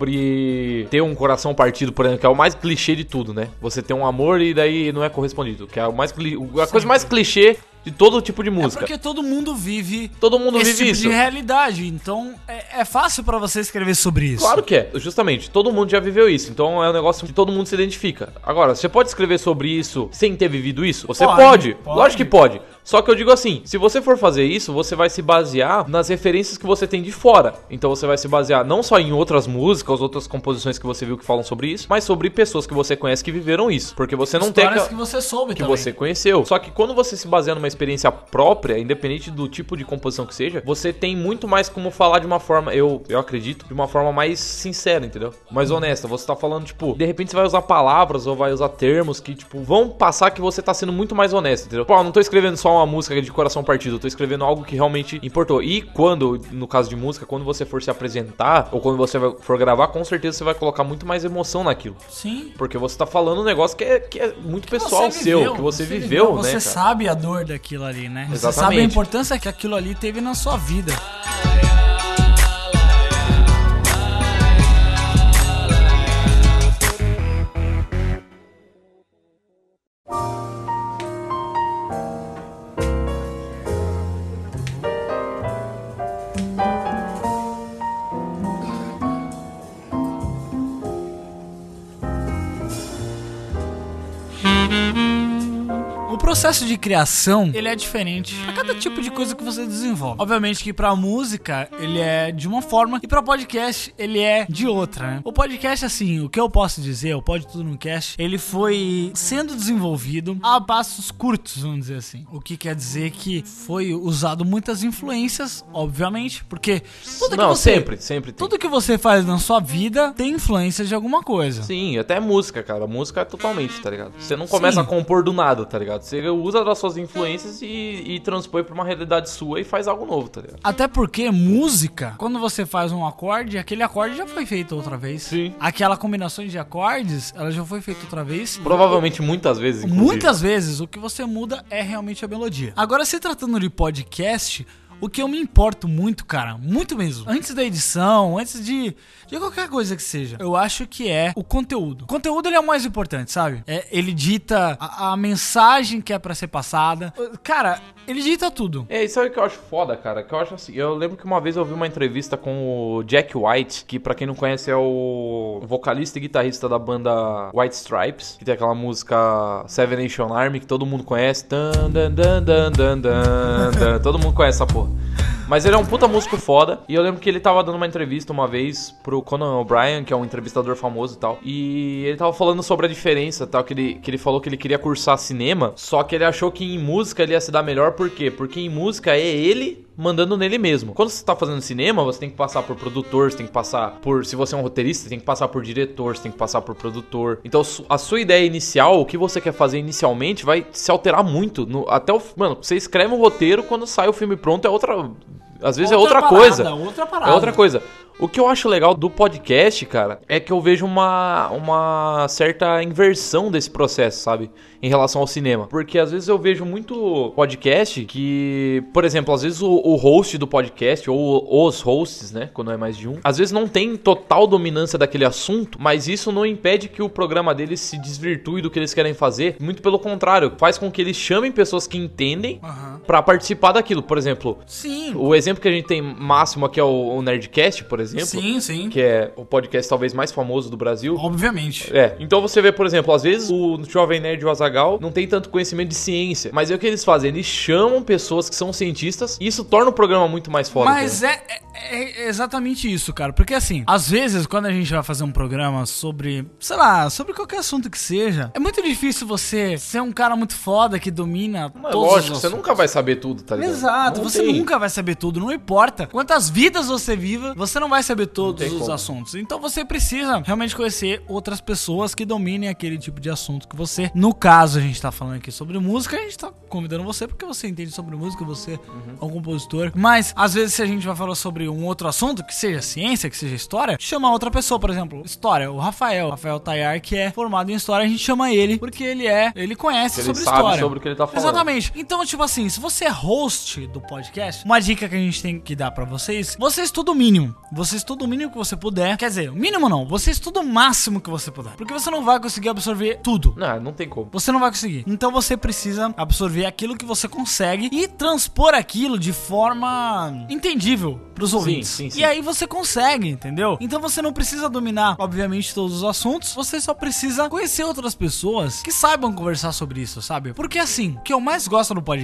sobre ter um coração partido, por exemplo, que é o mais clichê de tudo, né? Você tem um amor e daí não é correspondido, que é o mais cli- a coisa mais clichê de todo tipo de música. É porque todo mundo vive Todo mundo esse vive tipo isso. de realidade, então é, é fácil pra você escrever sobre isso. Claro que é, justamente, todo mundo já viveu isso, então é um negócio que todo mundo se identifica. Agora, você pode escrever sobre isso sem ter vivido isso? Você Pode, pode, pode. lógico que pode. Só que eu digo assim, se você for fazer isso, você vai se basear nas referências que você tem de fora. Então você vai se basear não só em outras músicas, outras composições que você viu que falam sobre isso, mas sobre pessoas que você conhece que viveram isso. Porque você não tem... Histórias que você soube que também. você conheceu. Só que quando você se baseia numa experiência própria, independente do tipo de composição que seja, você tem muito mais como falar de uma forma, eu, eu acredito, de uma forma mais sincera, entendeu? Mais honesta. Você tá falando, tipo, de repente você vai usar palavras ou vai usar termos que, tipo, vão passar que você tá sendo muito mais honesto, entendeu? Pô, eu não tô escrevendo só uma música de coração partido, eu tô escrevendo algo que realmente importou. E quando, no caso de música, quando você for se apresentar, ou quando você for gravar, com certeza você vai colocar muito mais emoção naquilo. Sim. Porque você tá falando um negócio que é, que é muito Que pessoal você seu, viveu, que você, você viveu, viveu, né, Você cara? sabe a dor daquilo ali, né? Você Exatamente. sabe a importância que aquilo ali teve na sua vida. O processo de criação, ele é diferente pra cada tipo de coisa que você desenvolve. Obviamente que pra música, ele é de uma forma, e pra podcast, ele é de outra, né? O podcast, assim, o que eu posso dizer, o Pode Tudo no Cast, ele foi sendo desenvolvido a passos curtos, vamos dizer assim. O que quer dizer que foi usado muitas influências, obviamente, porque tudo que Não, você... sempre, sempre tem. Tudo que você faz na sua vida tem influência de alguma coisa. Sim, até música, cara. Música é totalmente, tá ligado? Você não começa Sim. a compor do nada, tá ligado? Você usa das suas influências e, e transpõe pra uma realidade sua e faz algo novo, tá ligado? Até porque música, quando você faz um acorde, aquele acorde já foi feito outra vez. Sim. Aquela combinação de acordes, ela já foi feita outra vez. Provavelmente muitas vezes, inclusive. Muitas vezes, o que você muda é realmente a melodia. Agora, se tratando de podcast, o que eu me importo muito, cara, muito mesmo, antes da edição, antes de, de qualquer coisa que seja, eu acho que é o conteúdo. O conteúdo, ele é o mais importante, sabe? É, ele dita a, a mensagem que é pra ser passada. Cara, ele dita tudo. É, isso é o que eu acho foda, cara. Que eu acho assim, eu lembro que uma vez eu vi uma entrevista com o Jack White, que pra quem não conhece é o vocalista e guitarrista da banda White Stripes, que tem aquela música Seven Nation Army, que todo mundo conhece. Dan, dan, dan, dan, dan, dan, dan. Todo mundo conhece essa porra. Mas ele é um puta músico foda. E eu lembro que ele tava dando uma entrevista uma vez pro Conan O'Brien, que é um entrevistador famoso e tal. E ele tava falando sobre a diferença, tal, que ele, que ele falou que ele queria cursar cinema, só que ele achou que em música ele ia se dar melhor. Por quê? Porque em música é ele mandando nele mesmo. Quando você tá fazendo cinema, você tem que passar por produtor, você tem que passar por... Se você é um roteirista, você tem que passar por diretor, você tem que passar por produtor. Então, a sua ideia inicial, o que você quer fazer inicialmente, vai se alterar muito. No, até o... Mano, você escreve um roteiro, quando sai o filme pronto, é outra... Às vezes Outra é outra parada, coisa. outra parada. É outra coisa. O que eu acho legal do podcast, cara, é que eu vejo uma, uma certa inversão desse processo, sabe? Em relação ao cinema. Porque às vezes eu vejo muito podcast que, por exemplo, às vezes o, o host do podcast, ou os hosts, né? Quando é mais de um, às vezes não tem total dominância daquele assunto, mas isso não impede que o programa deles se desvirtue do que eles querem fazer. Muito pelo contrário, faz com que eles chamem pessoas que entendem Uhum. pra participar daquilo. Por exemplo, Sim. o exemplo que a gente tem máximo aqui é o, o Nerdcast, por exemplo. Sim, sim. Que é o podcast talvez mais famoso do Brasil. Obviamente. É, então você vê, por exemplo, às vezes o Jovem Nerd e o Azaghal não tem tanto conhecimento de ciência, mas é o que eles fazem, eles chamam pessoas que são cientistas e isso torna o programa muito mais foda. Mas é, é, é exatamente isso, cara, porque assim, às vezes quando a gente vai fazer um programa sobre, sei lá, sobre qualquer assunto que seja, é muito difícil você ser um cara muito foda que domina Não, é todos lógico, os você nunca vai saber tudo, tá ligado? Exato, Não você tem. nunca vai saber tudo, não importa quantas vidas você viva, você não vai saber todos tem os como. assuntos. Então você precisa realmente conhecer outras pessoas que dominem aquele tipo de assunto que você. No caso, a gente tá falando aqui sobre música, a gente tá convidando você porque você entende sobre música, você Uhum. é um compositor. Mas, às vezes, se a gente vai falar sobre um outro assunto, que seja ciência, que seja história, chama outra pessoa, por exemplo, história, o Rafael, Rafael Tayar, que é formado em história, a gente chama ele porque ele é, ele conhece Ele sobre sabe história. sobre o que ele tá falando. Exatamente. Então, tipo assim, se você é host do podcast, uma dica que a gente tem que dar pra vocês, você estuda o mínimo. Você estuda o mínimo que você puder. Quer dizer, o mínimo não, você estuda o máximo que você puder. Porque você não vai conseguir absorver tudo. Não, não tem como. Você não vai conseguir. Então você precisa absorver aquilo que você consegue e transpor aquilo de forma entendível pros ouvintes. sim, sim. E aí você consegue, entendeu? Então você não precisa dominar, obviamente, todos os assuntos. Você só precisa conhecer outras pessoas que saibam conversar sobre isso, sabe? Porque assim, o que eu mais gosto no podcast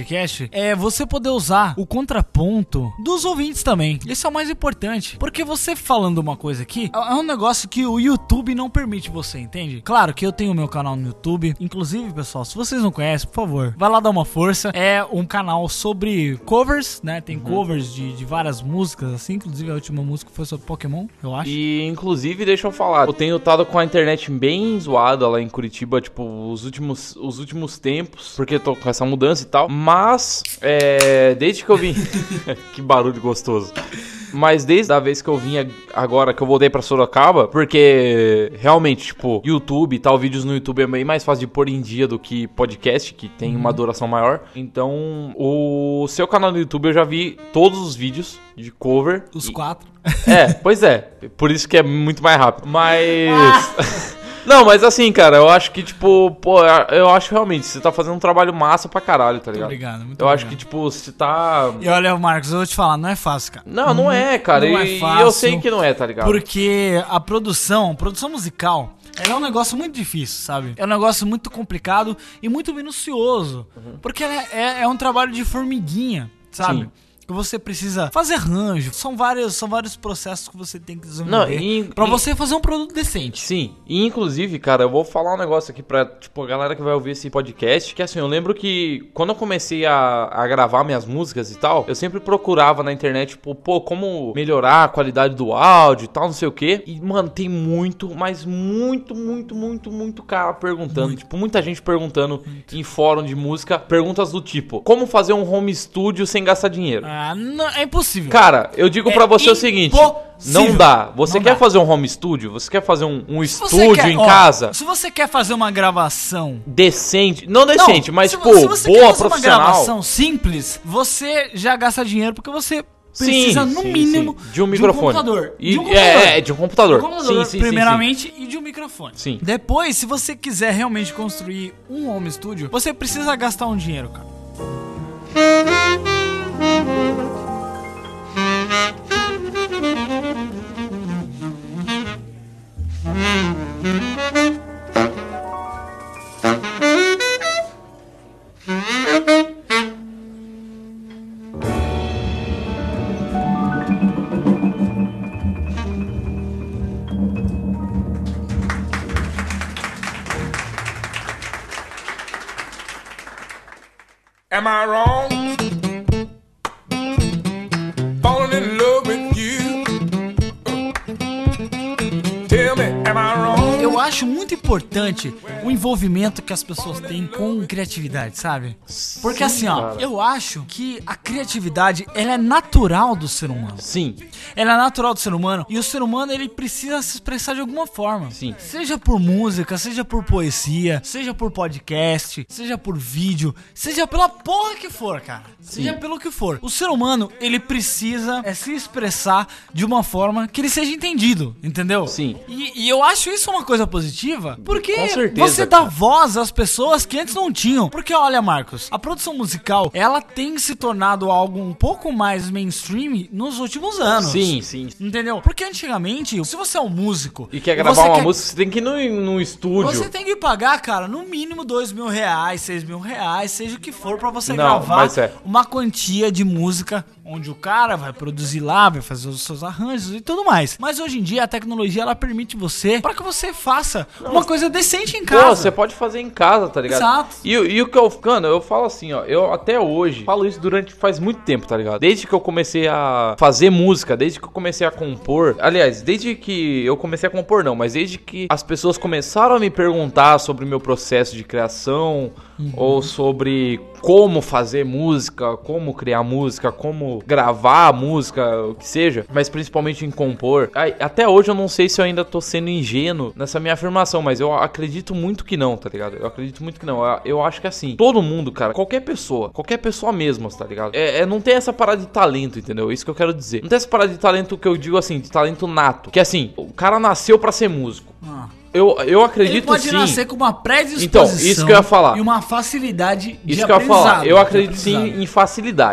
importante é você poder usar o contraponto dos ouvintes também. Isso é o mais importante. Porque você falando uma coisa aqui, é um negócio que o YouTube não permite você, entende? Claro que eu tenho o meu canal no YouTube. Inclusive, pessoal, se vocês não conhecem, por favor, vai lá dar uma força. É um canal sobre covers, né? Tem uhum. covers de, de várias músicas, assim. Inclusive, a última música foi sobre Pokémon, eu acho. E, inclusive, deixa eu falar, eu tenho estado com a internet bem zoada lá em Curitiba, tipo, os últimos, os últimos tempos, porque eu tô com essa mudança e tal. Mas, é, desde que eu vim... que barulho gostoso. Mas desde a vez que eu vim agora, que eu voltei pra Sorocaba, porque realmente, tipo, YouTube e tal, vídeos no YouTube é bem mais fácil de pôr em dia do que podcast, que tem uma duração maior. Então, o seu canal no YouTube eu já vi todos os vídeos de cover. Os e... quatro. É, pois é. Por isso que é muito mais rápido. Mas... Ah. Não, mas assim, cara, eu acho que, tipo, pô, eu acho realmente, você tá fazendo um trabalho massa pra caralho, tá ligado? Muito obrigado, muito Eu obrigado. acho que, tipo, você tá... E olha, Marcos, eu vou te falar, não é fácil, cara. Não, não é, cara, não e, é fácil, e eu sei que não é, tá ligado? Porque a produção, produção musical, ela é um negócio muito difícil, sabe? É um negócio muito complicado e muito minucioso. Uhum. Porque ela é, é, é um trabalho de formiguinha, sabe? Sim. Que você precisa fazer arranjo. São vários, são vários processos que você tem que desenvolver Não, e, pra e, você fazer um produto decente. Sim, e inclusive, cara, eu vou falar um negócio aqui pra, tipo, a galera que vai ouvir esse podcast, que assim, eu lembro que quando eu comecei a, a gravar minhas músicas e tal, eu sempre procurava na internet, tipo, pô, como melhorar a qualidade do áudio e tal, não sei o quê. E, mano, tem muito, mas muito, muito, muito, muito cara perguntando, muito. Tipo, muita gente perguntando muito. Em fórum de música, perguntas do tipo, como fazer um home studio sem gastar dinheiro? Ah, Ah, não, é impossível. Cara, eu digo é pra você o seguinte, não dá. Você não quer dá. fazer um home studio? Você quer fazer um, um estúdio quer, em ó, casa? Se você quer fazer uma gravação decente, não decente, não, mas se, pô, se você boa, quer fazer profissional. Uma gravação simples, você já gasta dinheiro porque você precisa sim, no sim, mínimo sim. De um microfone. De um computador. E, de um computador. É, é, de um computador. De um computador sim, sim, primeiramente, sim, sim. e de um microfone. Sim. Depois, se você quiser realmente construir um home studio, você precisa gastar um dinheiro, cara. Am I wrong? Falling in love with you. Tell me, am I wrong? Eu acho muito importante o envolvimento que as pessoas têm com criatividade, sabe? Porque assim, ó, eu acho que a criatividade, ela é natural do ser humano. Sim. Ela é natural do ser humano e o ser humano, ele precisa se expressar de alguma forma. Sim. Seja por música, seja por poesia, seja por podcast, seja por vídeo, seja pela porra que for, cara. Sim. Seja pelo que for. O ser humano, ele precisa é, se expressar de uma forma que ele seja entendido, entendeu? Sim. E, e eu acho isso uma coisa positiva, porque com certeza, você dá cara. voz às pessoas que antes não tinham. Porque olha, Marcos, a produção musical, ela tem se tornado algo um pouco mais mainstream nos últimos anos. Sim, sim. Entendeu? Porque antigamente, se você é um músico e quer gravar uma quer... música, você tem que ir no, no estúdio. Você tem que pagar, cara, no mínimo dois mil reais, seis mil reais, seja o que for, pra você não, gravar mas é. uma quantia de música onde o cara vai produzir lá, vai fazer os seus arranjos e tudo mais. Mas hoje em dia a tecnologia, ela permite você, para que você faça não, uma coisa decente em casa. Pô, você pode fazer em casa, tá ligado? Exato. E, e o que eu, mano, eu falo assim, ó, eu até hoje falo isso durante faz muito tempo, tá ligado? Desde que eu comecei a fazer música, desde que eu comecei a compor, aliás, desde que eu comecei a compor não, mas desde que as pessoas começaram a me perguntar sobre o meu processo de criação, uhum. ou sobre como fazer música, como criar música, como gravar música, o que seja, mas principalmente em compor. Até hoje eu não sei se eu ainda tô sendo ingênuo nessa minha afirmação, mas eu acredito muito que não, tá ligado? Eu acredito muito que não. Eu, eu acho que assim, todo mundo, cara, qualquer pessoa, qualquer pessoa mesmo, tá ligado? É, é, não tem essa parada de talento, entendeu? É isso que eu quero dizer. Não tem essa parada de talento que eu digo assim, de talento nato. Que assim, o cara nasceu pra ser músico. Ah. Eu, eu acredito sim. Ele pode sim. nascer com uma predisposição. Então, isso que eu ia falar. E uma facilidade de Isso que eu ia falar. Eu acredito sim em facilidade.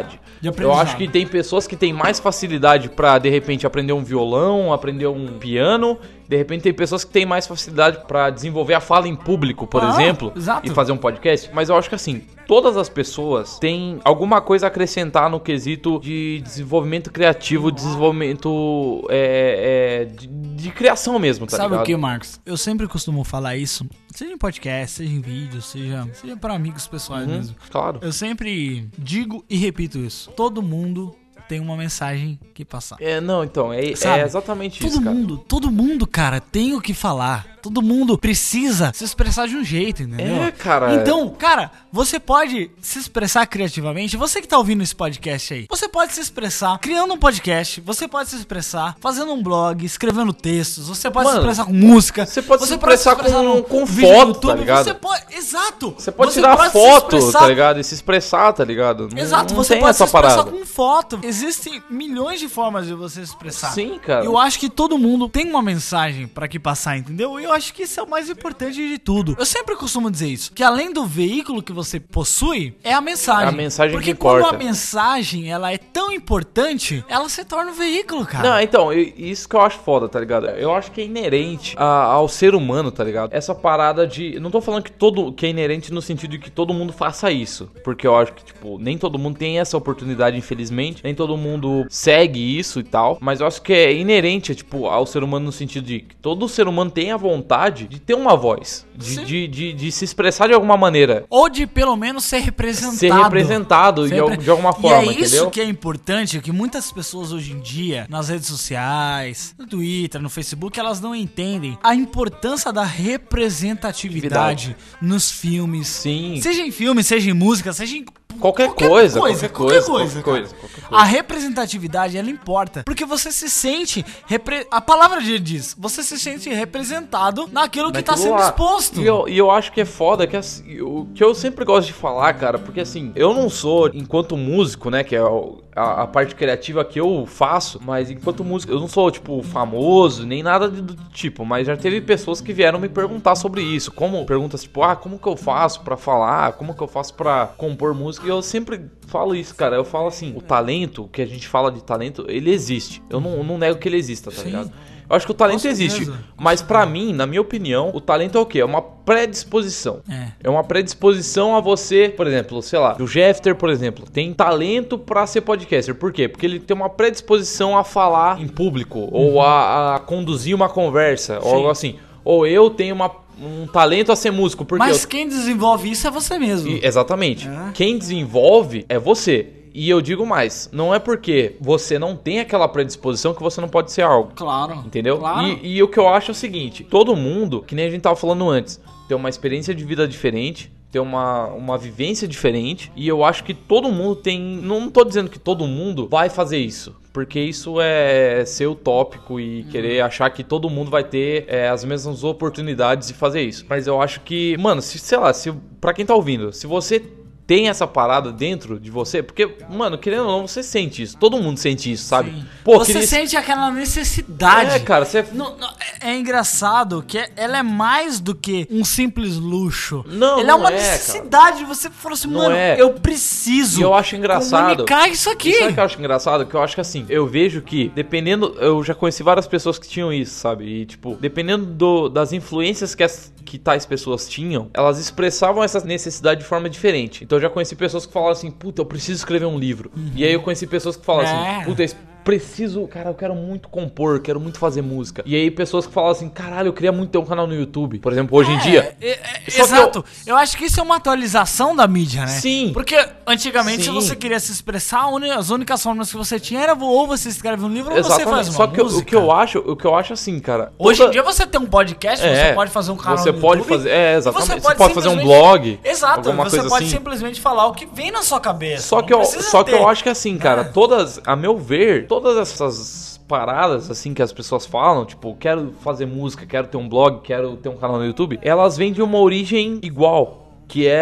De Eu aprendizado. acho que tem pessoas que têm mais facilidade pra, de repente, aprender um violão, aprender um piano. De repente tem pessoas que têm mais facilidade pra desenvolver a fala em público, por Ah, exemplo, exato. e fazer um podcast. Mas eu acho que assim, todas as pessoas têm alguma coisa a acrescentar no quesito de desenvolvimento criativo, desenvolvimento é, é, de, de criação mesmo, tá Sabe ligado? o que, Marcos? Eu sempre costumo falar isso, seja em podcast, seja em vídeo, seja, seja para amigos pessoais Uhum, mesmo. claro. Eu sempre digo e repito isso. Todo mundo tem uma mensagem que passar. É, não, então, é, Sabe? é exatamente Todo isso, cara. mundo, todo mundo, cara, tem o que falar. Todo mundo precisa se expressar de um jeito, entendeu? É, cara. Então, cara, você pode se expressar criativamente. Você que tá ouvindo esse podcast aí, você pode se expressar criando um podcast, você pode se expressar fazendo um blog, escrevendo textos, você pode Mano, se expressar com música. você pode se expressar com- no com vídeo no foto, tá YouTube, ligado? Você pode, exato. Você pode Você tirar pode se foto, expressar- tá ligado? E se expressar, tá ligado? Não- Exato, não você tem pode essa se expressar parada. com foto. Existem milhões de formas de você se expressar. Sim, cara. Eu acho que todo mundo tem uma mensagem pra que passar, entendeu? E eu acho que isso é o mais importante de tudo. Eu sempre costumo dizer isso, que além do veículo que você possui, é a mensagem. É a mensagem Porque que importa. quando a mensagem, ela é tão importante, ela se torna um veículo, cara. Não, então, eu- isso que eu acho foda, tá ligado? Eu acho que é inerente a- ao ser humano, tá ligado? Essa parada de... Não tô falando que todo que é inerente no sentido de que todo mundo faça isso. Porque eu acho que, tipo, nem todo mundo tem essa oportunidade, infelizmente. Nem todo mundo segue isso e tal. Mas eu acho que é inerente, tipo, ao ser humano no sentido de que todo ser humano tem a vontade de ter uma voz. De, de, de, de se expressar de alguma maneira. Ou de pelo menos ser representado. Ser representado de, al- de alguma forma, E é isso entendeu? que é importante, que muitas pessoas hoje em dia, nas redes sociais, no Twitter, no Facebook, elas não entendem a importância da representatividade nos filmes. Sim. Seja em filme, seja em música, seja em Qualquer, qualquer coisa, coisa, qualquer qualquer coisa, coisa, qualquer cara. coisa, qualquer coisa. A representatividade, ela importa. Porque você se sente... repre- A palavra diz, você se sente representado naquilo que tá Naquilo sendo lá. exposto. E eu, e eu acho que é foda, que assim, o que eu sempre gosto de falar, cara, porque assim, eu não sou, enquanto músico, né, que é o- a, a parte criativa que eu faço, mas enquanto músico, eu não sou, tipo, famoso, nem nada do, do tipo, mas já teve pessoas que vieram me perguntar sobre isso, como, perguntas tipo, ah, como que eu faço pra falar, como que eu faço pra compor música, e eu sempre falo isso, cara, eu falo assim, o talento, que a gente fala de talento, ele existe, eu não, eu não nego que ele exista, tá Sim. ligado? Eu acho que o talento Com certeza. existe, mas pra mim, na minha opinião, o talento é o quê? É uma predisposição. É. É uma predisposição a você, por exemplo, sei lá, o Jeffter, por exemplo, tem talento pra ser podcaster. Por quê? Porque ele tem uma predisposição a falar em público, Uhum. ou a, a conduzir uma conversa, ou Sim. algo assim. Ou eu tenho uma, um talento a ser músico, porque Mas eu... quem desenvolve isso é você mesmo. E- exatamente. É. Quem desenvolve é você. E eu digo mais, não é porque você não tem aquela predisposição que você não pode ser algo. Claro. Entendeu? Claro. E, e o que eu acho é o seguinte, todo mundo, que nem a gente tava falando antes, tem uma experiência de vida diferente, tem uma, uma vivência diferente, e eu acho que todo mundo tem... Não tô dizendo que todo mundo vai fazer isso, porque isso é ser utópico e querer achar que todo mundo vai ter é, as mesmas oportunidades de fazer isso. Mas eu acho que, mano, se, sei lá, se, pra quem tá ouvindo, se você... tem essa parada dentro de você, porque, mano, querendo ou não, você sente isso. Todo mundo sente isso, sabe? Sim. Pô, você queria- sente aquela necessidade. É, cara, você... Não, não, é, é engraçado que é- ela é mais do que um simples luxo. Não, Ela não é uma é, cara. necessidade. Você falou assim, Não mano, é. eu preciso E eu acho engraçado. comunicar isso aqui. E sabe o que eu acho engraçado? Que eu acho que assim, eu vejo que, dependendo. Eu já conheci várias pessoas que tinham isso, sabe? E, tipo, dependendo do, das influências que, as, que tais pessoas tinham, elas expressavam essa necessidade de forma diferente. Então eu já conheci pessoas que falavam assim, puta, eu preciso escrever um livro. E aí eu conheci pessoas que falavam É. assim, puta, eu preciso, cara, eu quero muito compor, quero muito fazer música. E aí pessoas que falavam assim, caralho, eu queria muito ter um canal no YouTube. Por exemplo, hoje em dia. É, é, Só que exato. Eu... acho que isso é uma atualização da mídia, né? Sim. Porque antigamente, se Sim. você queria se expressar, a uni- as únicas formas que você tinha era ou você escreve um livro ou você Exatamente. faz uma Só que eu- música. o que eu acho, o que eu acho assim, cara. Hoje toda- em dia você tem um podcast, É, você pode fazer um canal você no pode YouTube, fazer- é, e exatamente. Você Você pode, pode fazer um simplesmente- blog, Exato, alguma você coisa pode assim. simplesmente falar o que vem na sua cabeça. Só não que eu, precisa só que ter- eu acho que assim, cara, todas, a meu ver, todas essas paradas assim que as pessoas falam, tipo, quero fazer música, quero ter um blog, quero ter um canal no YouTube, elas vêm de uma origem igual, que é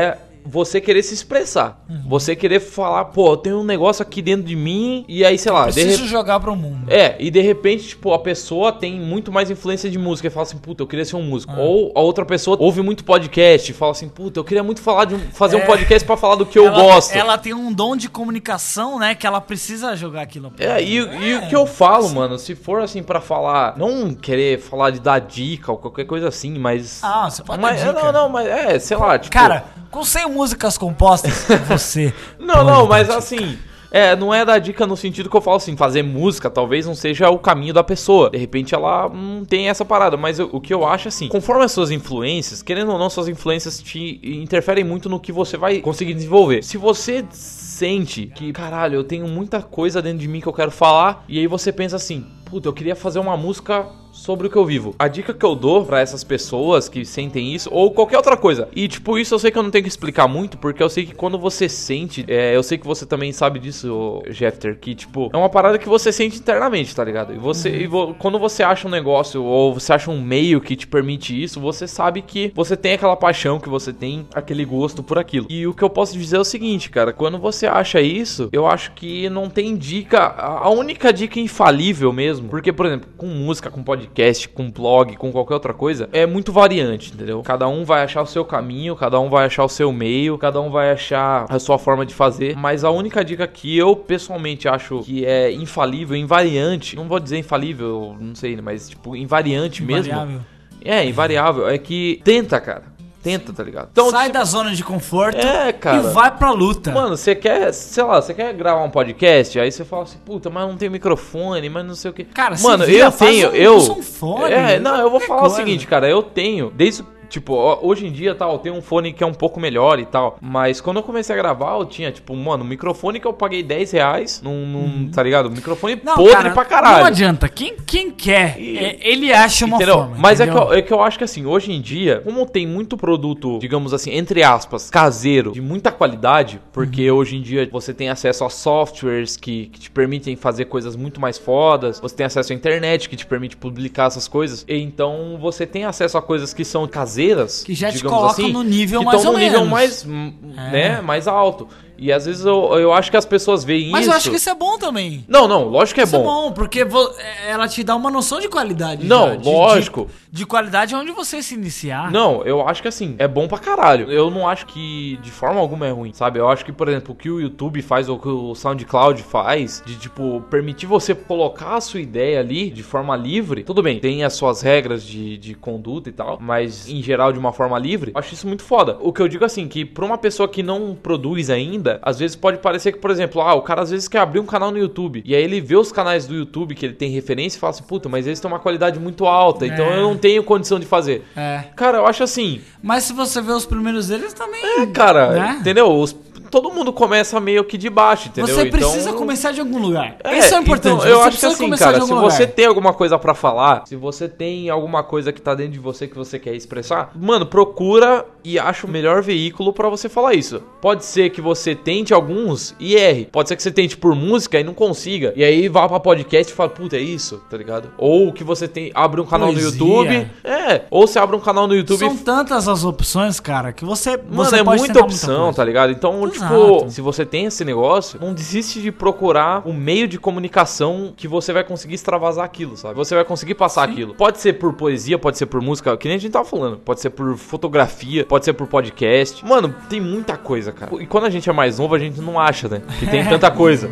você querer se expressar. Uhum. Você querer falar, pô, eu tenho um negócio aqui dentro de mim, e aí, sei lá... Preciso de rep... jogar pro mundo. É, e de repente, tipo, a pessoa tem muito mais influência de música e fala assim, puta, eu queria ser um músico. Ah. Ou a outra pessoa ouve muito podcast e fala assim, puta, eu queria muito falar de um, fazer é. um podcast pra falar do que eu ela, gosto. Ela tem um dom de comunicação, né, que ela precisa jogar aquilo. É, e, é. e o que eu falo, assim. mano, se for assim pra falar, não querer falar de dar dica ou qualquer coisa assim, mas... Ah, você pode mas, dar dica. Não, não, mas é, sei lá, tipo... Cara, com cem músicas compostas, você... Não, não, mas assim... É, não é dar dica no sentido que eu falo assim, fazer música talvez não seja o caminho da pessoa. De repente ela não tem essa parada, mas eu, o que eu acho assim, conforme as suas influências, querendo ou não, suas influências te interferem muito no que você vai conseguir desenvolver. Se você sente que, caralho, eu tenho muita coisa dentro de mim que eu quero falar, e aí você pensa assim, puta, eu queria fazer uma música sobre o que eu vivo. A dica que eu dou pra essas pessoas que sentem isso, ou qualquer outra coisa, e tipo, isso eu sei que eu não tenho que explicar muito, porque eu sei que quando você sente, é, eu sei que você também sabe disso, Jeffter, que tipo, é uma parada que você sente internamente, tá ligado? E você, uhum. e vo, quando você acha um negócio, ou você acha um meio que te permite isso, você sabe que você tem aquela paixão, que você tem aquele gosto por aquilo. E o que eu posso dizer é o seguinte, cara, quando você acha isso, eu acho que não tem dica, a única dica infalível mesmo, porque, por exemplo, com música, com podcast, podcast, com blog, com qualquer outra coisa, é muito variante, entendeu? Cada um vai achar o seu caminho, cada um vai achar o seu meio, cada um vai achar a sua forma de fazer, mas a única dica que eu pessoalmente acho que é infalível, invariante, não vou dizer infalível, não sei, mas tipo, invariante Invariável. mesmo. É, invariável, é que tenta, cara. Tenta, tá ligado? Então, sai tipo, da zona de conforto é, cara, e vai pra luta. Mano, você quer, sei lá, você quer gravar um podcast, aí você fala assim, puta, mas não tem microfone, mas não sei o que. Cara, mano, vira, eu tenho, um, eu... Um fone, é, não, eu vou falar coisa. o seguinte, cara, eu tenho, desde... Tipo, hoje em dia, tal, eu tenho um fone que é um pouco melhor e tal. Mas quando eu comecei a gravar, eu tinha, tipo, mano, um microfone que eu paguei dez reais num, num hum. tá ligado? Um microfone não, podre cara, pra caralho. Não adianta. Quem, quem quer, e, é, ele acha uma entendeu? forma. Mas é que, eu, é que eu acho que, assim, hoje em dia, como tem muito produto, digamos assim, entre aspas, caseiro, de muita qualidade, porque hum. hoje em dia você tem acesso a softwares que, que te permitem fazer coisas muito mais fodas, você tem acesso à internet que te permite publicar essas coisas, e então você tem acesso a coisas que são caseiras, que já te colocam assim, no nível que mais estão ou no nível menos. mais, é. né, mais alto. E às vezes eu, eu acho que as pessoas veem Mas isso... Mas eu acho que isso é bom também. Não, não, lógico que é isso bom. Isso é bom, porque vo- ela te dá uma noção de qualidade. Não, já, de, lógico. De, de qualidade onde você se iniciar. Não, eu acho que assim, é bom pra caralho. Eu não acho que de forma alguma é ruim, sabe? Eu acho que, por exemplo, o que o YouTube faz ou o que o SoundCloud faz, de tipo, permitir você colocar a sua ideia ali de forma livre, tudo bem, tem as suas regras de, de conduta e tal, mas em geral de uma forma livre, eu acho isso muito foda. O que eu digo assim, que pra uma pessoa que não produz ainda, às vezes pode parecer que, por exemplo, ah, o cara às vezes quer abrir um canal no YouTube, e aí ele vê os canais do YouTube que ele tem referência e fala assim, puta, mas eles têm uma qualidade muito alta, é. então eu não tenho condição de fazer. É. Cara, eu acho assim... Mas se você vê os primeiros deles também... É, cara, né? entendeu? Os... Todo mundo começa meio que de baixo, entendeu? Você precisa então... começar de algum lugar. É, isso é importante. Então, eu você acho que assim, cara, se lugar. você tem alguma coisa pra falar, se você tem alguma coisa que tá dentro de você que você quer expressar, mano, procura e acha o melhor veículo pra você falar isso. Pode ser que você tente alguns e erre. Pode ser que você tente por música e não consiga. E aí vá pra podcast e fala, puta, é isso, tá ligado? Ou que você tem, abre um canal Poesia. no YouTube. É, ou você abre um canal no YouTube. São tantas as opções, cara, que você. Mano, você é pode muita opção, muita tá ligado? Então, Exato. tipo, se você tem esse negócio, não desiste de procurar um meio de comunicação que você vai conseguir extravasar aquilo, sabe? Você vai conseguir passar Sim. aquilo. Pode ser por poesia, pode ser por música, que nem a gente tava falando. Pode ser por fotografia, pode ser por podcast. Mano, tem muita coisa, cara. E quando a gente é mais novo, a gente não acha, né? Que tem tanta coisa.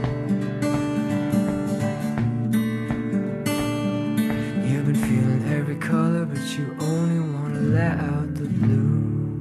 You've been feeling every color, but you only wanna let out the blue.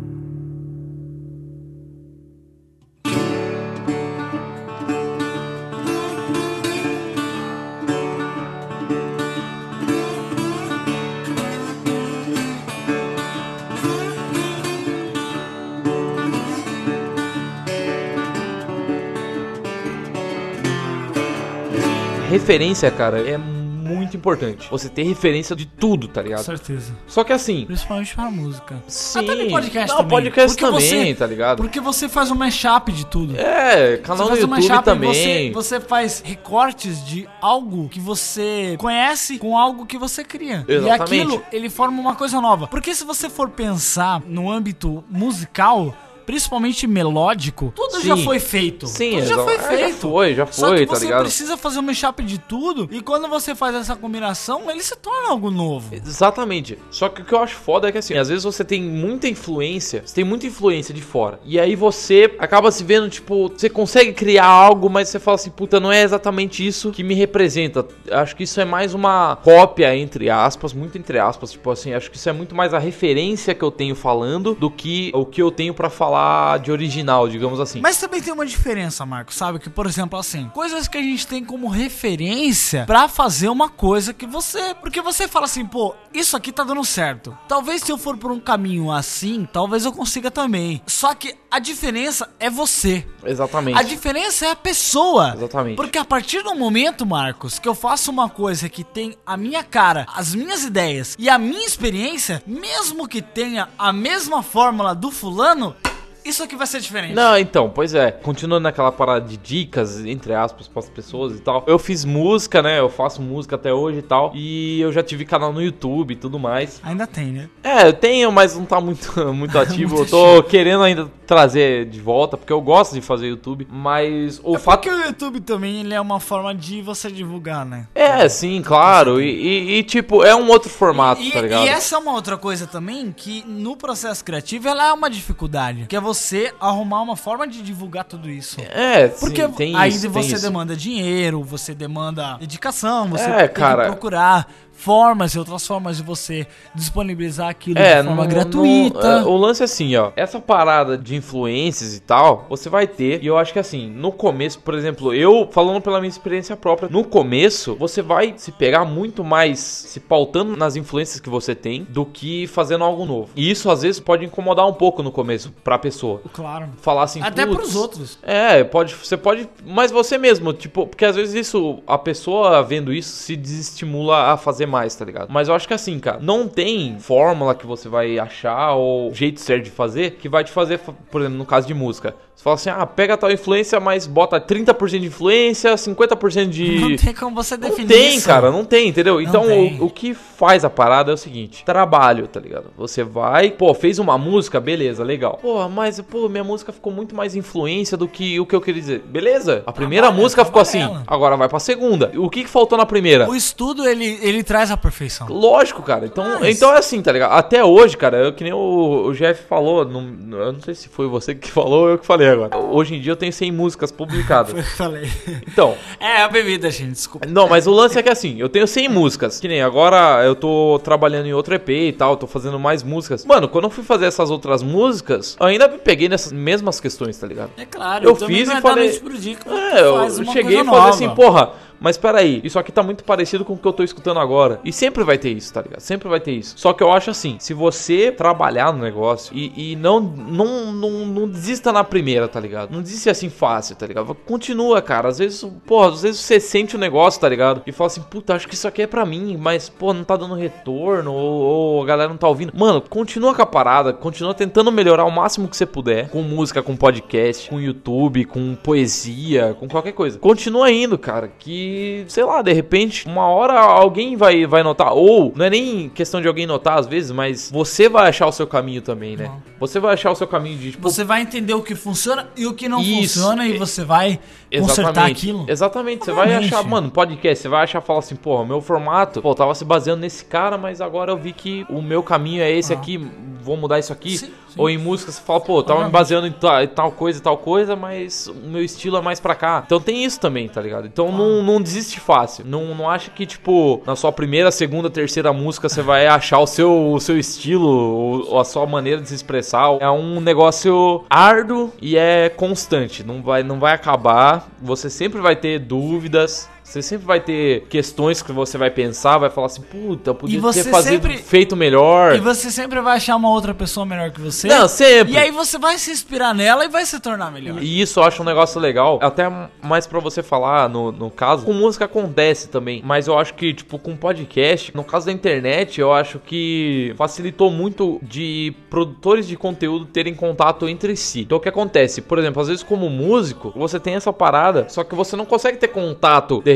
Referência, cara, é muito importante. Você ter referência de tudo, tá ligado? Com certeza. Só que assim... Principalmente pra música. Sim. Até no podcast Não, também. podcast porque também, você, tá ligado? Porque você faz um mashup de tudo. É, canal no YouTube um também. Você, você faz recortes de algo que você conhece com algo que você cria. Exatamente. E aquilo, ele forma uma coisa nova. Porque se você for pensar no âmbito musical... principalmente melódico, tudo Sim. já foi feito. Sim, tudo já exa- foi é, feito. já foi, já Só foi, que tá você ligado? precisa fazer um mashup de tudo, e quando você faz essa combinação, ele se torna algo novo. Exatamente. Só que o que eu acho foda é que assim, às vezes você tem muita influência, você tem muita influência de fora. E aí você acaba se vendo, tipo, você consegue criar algo, mas você fala assim, puta, não é exatamente isso que me representa. Acho que isso é mais uma cópia, entre aspas, muito entre aspas, tipo assim, acho que isso é muito mais a referência que eu tenho falando do que o que eu tenho pra falar de original, digamos assim. Mas também tem uma diferença, Marco, sabe? Que, por exemplo, assim, coisas que a gente tem como referência pra fazer uma coisa que você... Porque você fala assim, pô, isso aqui tá dando certo. Talvez se eu for por um caminho assim, talvez eu consiga também. Só que a diferença é você. Exatamente. A diferença é a pessoa. Exatamente. Porque a partir do momento, Marcos, que eu faço uma coisa que tem a minha cara, as minhas ideias e a minha experiência, mesmo que tenha a mesma fórmula do fulano, isso aqui vai ser diferente. Não, então, pois é. Continuando naquela parada de dicas, entre aspas, para as pessoas e tal. Eu fiz música, né? Eu faço música até hoje e tal. E eu já tive canal no YouTube e tudo mais. Ainda tem, né? É, eu tenho, mas não tá muito, muito ativo. Eu tô querendo ainda trazer de volta, porque eu gosto de fazer YouTube. Mas o é fato... porque o YouTube também ele é uma forma de você divulgar, né? É, sim, claro. E, e, e, tipo, é um outro formato, e, tá ligado? E essa é uma outra coisa também, que no processo criativo ela é uma dificuldade. Que é você arrumar uma forma de divulgar tudo isso. É, porque sim, tem aí isso, você tem isso. demanda dinheiro, você demanda dedicação, você É, tem cara. que procurar formas e outras formas de você disponibilizar aquilo É, de forma não- gratuita. não- é, o lance é assim, ó. Essa parada de influências e tal, você vai ter. E eu acho que assim, no começo, por exemplo, eu falando pela minha experiência própria, no começo, você vai se pegar muito mais se pautando nas influências que você tem do que fazendo algo novo. E isso às vezes pode incomodar um pouco no começo pra pessoa. Claro. Falar assim, Até "Putz, pros outros. É, pode, você pode, mas você mesmo, tipo, porque às vezes isso, a pessoa vendo isso se desestimula a fazer mais, tá ligado? Mas eu acho que assim, cara, não tem fórmula que você vai achar ou jeito certo de fazer que vai te fazer, por exemplo, no caso de música. Você fala assim, ah, pega tal influência, mas bota trinta por cento de influência, cinquenta por cento de... Não tem como você definir Não tem, isso. cara, não tem, entendeu? Não então, tem. O, o que faz a parada é o seguinte, trabalho, tá ligado? Você vai, pô, fez uma música, beleza, legal. Pô, mas, pô, minha música ficou muito mais influência do que o que eu queria dizer. Beleza, a primeira Trabalha, música ficou assim, trabalha ela. agora vai pra segunda. O que que faltou na primeira? O estudo, ele, ele traz a perfeição. Lógico, cara. Então, Mas- então é assim, tá ligado? Até hoje, cara, eu, que nem o, o Jeff falou, não, eu não sei se foi você que falou ou eu que falei agora. Hoje em dia eu tenho cem músicas publicadas. Eu falei. Então, É a bebida, gente, desculpa. não, mas o lance é que assim, eu tenho cem músicas. Que nem agora eu tô trabalhando em outro E P e tal, tô fazendo mais músicas. Mano, quando eu fui fazer essas outras músicas, eu ainda me peguei nessas mesmas questões, tá ligado? É claro, Eu também fiz não e é da falei- noite pro dia que É, eu faz uma cheguei e coisa falei nova. assim, porra, mas peraí, isso aqui tá muito parecido com o que eu tô escutando agora. E sempre vai ter isso, tá ligado? Sempre vai ter isso. Só que eu acho assim, se você trabalhar no negócio e, e não, não, não, não desista na primeira, tá ligado? Não desista assim fácil, tá ligado? Continua, cara. Às vezes, porra, às vezes você sente o negócio, tá ligado? E fala assim, puta, acho que isso aqui é pra mim, mas, pô, não tá dando retorno, ou, ou a galera não tá ouvindo. Mano, continua com a parada, continua tentando melhorar o máximo que você puder, com música, com podcast, com YouTube, com poesia, com qualquer coisa. Continua indo, cara, que, sei lá, de repente, uma hora alguém vai, vai notar, ou não é nem questão de alguém notar às vezes, mas você vai achar o seu caminho também, né? Você vai achar o seu caminho de, tipo, Você vai entender o que funciona e o que não Isso. funciona e você vai consertar aquilo. Exatamente, você vai Realmente. achar, mano, podcast, você vai achar, falar assim, porra, meu formato, pô, tava se baseando nesse cara, mas agora eu vi que o meu caminho é esse aqui, vou mudar isso aqui. Sim, sim. Ou em música você fala, pô, tava me baseando em ta- em tal coisa e tal coisa, mas o meu estilo é mais pra cá. Então tem isso também, tá ligado? Então não, não desiste fácil. Não, não acha que, tipo, na sua primeira, segunda, terceira música você vai achar o seu, o seu estilo ou, ou a sua maneira de se expressar. É um negócio árduo e é constante. Não vai, não vai acabar. Você sempre vai ter dúvidas. Você sempre vai ter questões que você vai pensar, vai falar assim, puta, eu podia E você ter fazido, sempre- feito melhor. E você sempre vai achar uma outra pessoa melhor que você. Não, sempre. E aí você vai se inspirar nela e vai se tornar melhor. E isso eu acho um negócio legal, até mais pra você falar no, no caso, com música acontece também, mas eu acho que, tipo, com podcast, no caso da internet, eu acho que facilitou muito de produtores de conteúdo terem contato entre si. Então o que acontece? Por exemplo, às vezes como músico, você tem essa parada, só que você não consegue ter contato, de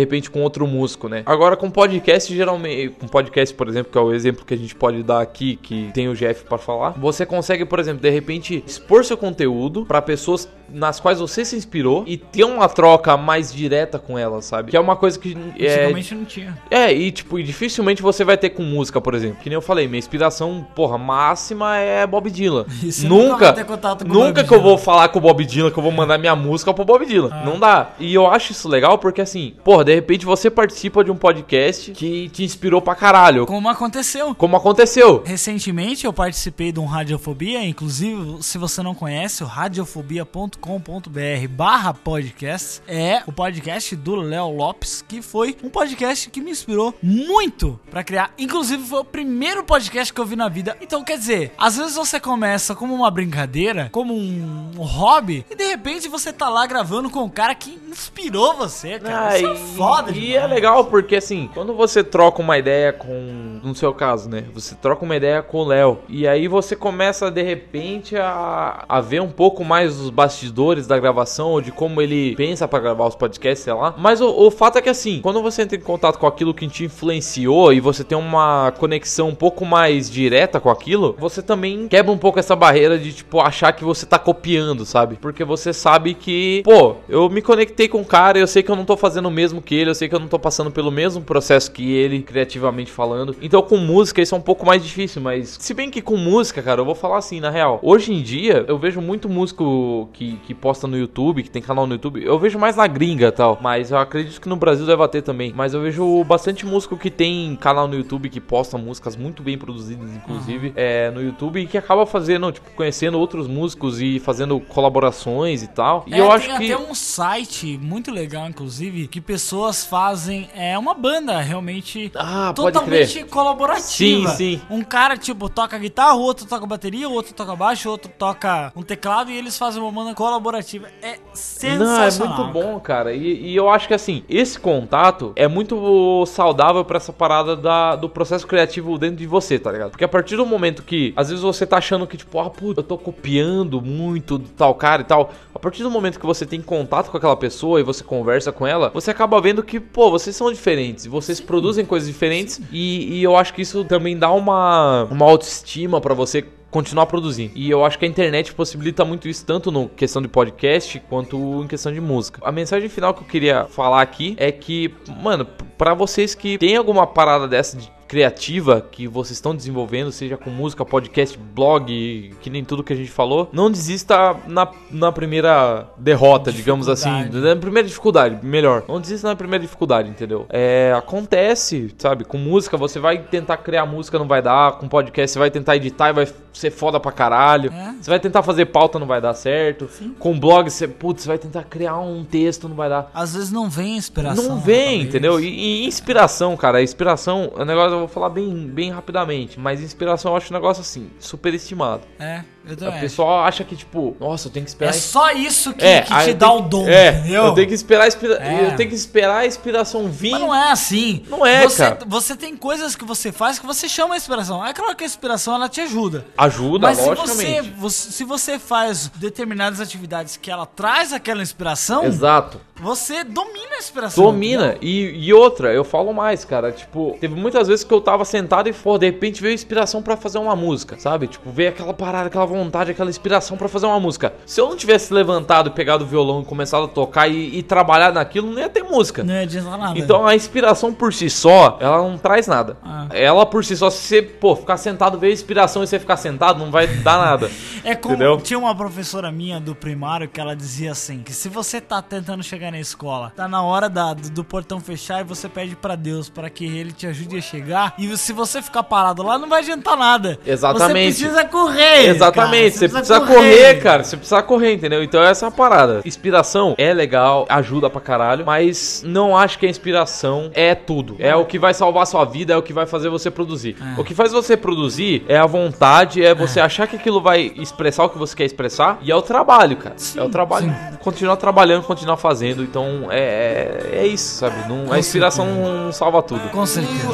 repente com outro músico, né? Agora com podcast, geralmente, com podcast, por exemplo, que é o exemplo que a gente pode dar aqui, que tem o Jeff pra falar, você consegue, por exemplo, de repente expor seu conteúdo pra pessoas nas quais você se inspirou e ter uma troca mais direta com elas, sabe? Que é uma coisa que é, antigamente não tinha. É, e tipo, e dificilmente você vai ter com música, por exemplo. Que nem eu falei, minha inspiração, porra, máxima é Bob Dylan. Isso, nunca, ter contato com nunca Bob que eu Dylan. vou falar com o Bob Dylan, que eu vou mandar minha música pro Bob Dylan. Ah. Não dá. E eu acho isso legal porque assim, porra, de repente você participa de um podcast que te inspirou pra caralho. Como aconteceu. Como aconteceu. Recentemente eu participei de um Radiofobia, inclusive, se você não conhece, o radiofobia ponto com ponto br barra podcast é o podcast do Léo Lopes, que foi um podcast que me inspirou muito pra criar. Inclusive foi o primeiro podcast que eu vi na vida. Então quer dizer, às vezes você começa como uma brincadeira, como um hobby, e de repente você tá lá gravando com um cara que inspirou você, cara. Ah, Isso é e, foda e demais. é legal porque assim, quando você troca uma ideia com, no seu caso, né, você troca uma ideia com o Léo, e aí você começa de repente a, a ver um pouco mais dos bastidores da gravação, ou de como ele pensa pra gravar os podcasts, sei lá. Mas o, o fato é que assim, quando você entra em contato com aquilo que te influenciou e você tem uma conexão um pouco mais direta com aquilo, você também quebra um pouco essa barreira de, tipo, achar que você tá copiando, sabe? Porque você sabe que, pô, eu me conectei com o cara, eu sei que eu não tô fazendo o mesmo que ele, eu sei que eu não tô passando pelo mesmo processo que ele, criativamente falando. Então com música isso é um pouco mais difícil, mas se bem que com música, cara, eu vou falar assim, na real, hoje em dia eu vejo muito músico que, que posta no YouTube, que tem canal no YouTube, eu vejo mais na gringa e tal, mas eu acredito que no Brasil deve ter também, mas eu vejo bastante músico que tem canal no YouTube, que posta músicas muito bem produzidas, inclusive, uhum. é, no YouTube, e que acaba fazendo, tipo, conhecendo outros músicos e fazendo colaborações e tal, e é, eu acho tem que... até um site muito legal, inclusive, que pessoas fazem, é uma banda realmente ah, pode totalmente crer. colaborativa. Sim, sim. Um cara, tipo, toca guitarra, o outro toca bateria, o outro toca baixo, o outro toca um teclado e eles fazem uma banda colaborativa. É sensacional. Não, é muito bom, cara. E, e eu acho que assim, esse contato é muito saudável pra essa parada da, do processo criativo dentro de você, tá ligado? Porque a partir do momento que, às vezes você tá achando que, tipo, ah, puta, eu tô copiando muito do tal cara e tal. A partir do momento que você tem contato com aquela pessoa e você conversa com ela, você acaba vendo que, pô, vocês são diferentes. Vocês Sim. produzem coisas diferentes e, e eu acho que isso também dá uma, uma autoestima pra você continuar produzindo. E eu acho que a internet possibilita muito isso, tanto no questão de podcast, quanto em questão de música. A mensagem final que eu queria falar aqui é que, mano, pra vocês que tem alguma parada dessa de criativa que vocês estão desenvolvendo, seja com música, podcast, blog, que nem tudo que a gente falou, não desista na, na primeira derrota, digamos assim, na primeira dificuldade, melhor, não desista na primeira dificuldade, entendeu? É, acontece, sabe, com música você vai tentar criar música, não vai dar, com podcast você vai tentar editar e vai ser foda pra caralho, é. Você vai tentar fazer pauta, não vai dar certo. Sim. Com blog você, putz, você vai tentar criar um texto, não vai dar. Às vezes não vem inspiração. Não vem, entendeu? E, e inspiração, cara, a inspiração, o negócio eu vou falar bem, bem rapidamente, mas inspiração eu acho um negócio assim, superestimado. É, eu também. O pessoal acha que, tipo, nossa, eu tenho que esperar. É só isso que, é, que te dá tenho, o dom, é, entendeu? Eu tenho que esperar, inspira... é. eu tenho que esperar a inspiração vir. Mas não é assim. Não é, você, cara. Você tem coisas que você faz que você chama a inspiração. É claro que a inspiração ela te ajuda. Ajuda, mas logicamente. Se você, você, se você faz determinadas atividades que ela traz aquela inspiração, exato. Você domina a inspiração. Domina. E, e outra, eu falo mais, cara. Tipo, teve muitas vezes que eu tava sentado e, pô, de repente veio inspiração pra fazer uma música, sabe? Tipo, veio aquela parada, aquela vontade, aquela inspiração pra fazer uma música. Se eu não tivesse levantado, pegado o violão e começado a tocar e, e trabalhar naquilo, não ia ter música. Não ia adiantar nada. Então a inspiração por si só, ela não traz nada. Ah. Ela por si só, se você, pô, ficar sentado, ver a inspiração e você ficar sentado, não vai dar nada. É como entendeu? Tinha uma professora minha do primário que ela dizia assim, que se você tá tentando chegar na escola, tá na hora da, do, do portão fechar e você pede pra Deus para que ele te ajude a chegar, e se você ficar parado lá, não vai adiantar nada. Exatamente. Você precisa correr. Exatamente, cara. você, você precisa, precisa correr. correr, cara. Você precisa correr, entendeu? Então essa é a parada. Inspiração é legal, ajuda pra caralho, mas não acho que a inspiração é tudo. É o que vai salvar a sua vida, é o que vai fazer você produzir. É. O que faz você produzir é a vontade, é você é. achar que aquilo vai expressar o que você quer expressar, e é o trabalho, cara. Sim, é o trabalho. Sim. Continuar trabalhando, continuar fazendo. Então é, é, é isso, sabe? Não, a inspiração não salva tudo. Com certeza.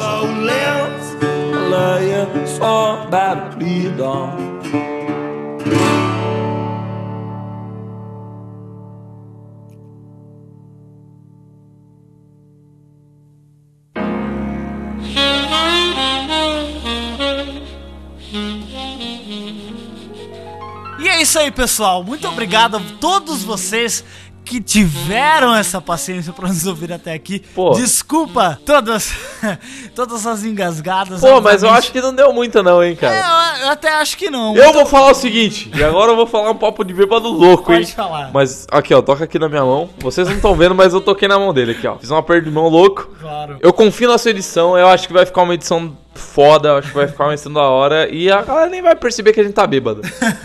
isso aí, pessoal. Muito obrigado a todos vocês que tiveram essa paciência pra nos ouvir até aqui. Pô. Desculpa todas, todas as engasgadas. Pô, mas eu acho que não deu muita não, hein, cara. É, eu, eu até acho que não. Eu Muito... vou falar o seguinte, e agora eu vou falar um papo de bêbado louco, Pode hein. falar. Mas aqui, ó, toca aqui na minha mão. Vocês não estão vendo, mas eu toquei na mão dele aqui, ó. Fiz um aperto de mão louco. Claro. Eu confio na sua edição, eu acho que vai ficar uma edição foda, eu acho que vai ficar uma edição da hora. E a galera nem vai perceber que a gente tá bêbado.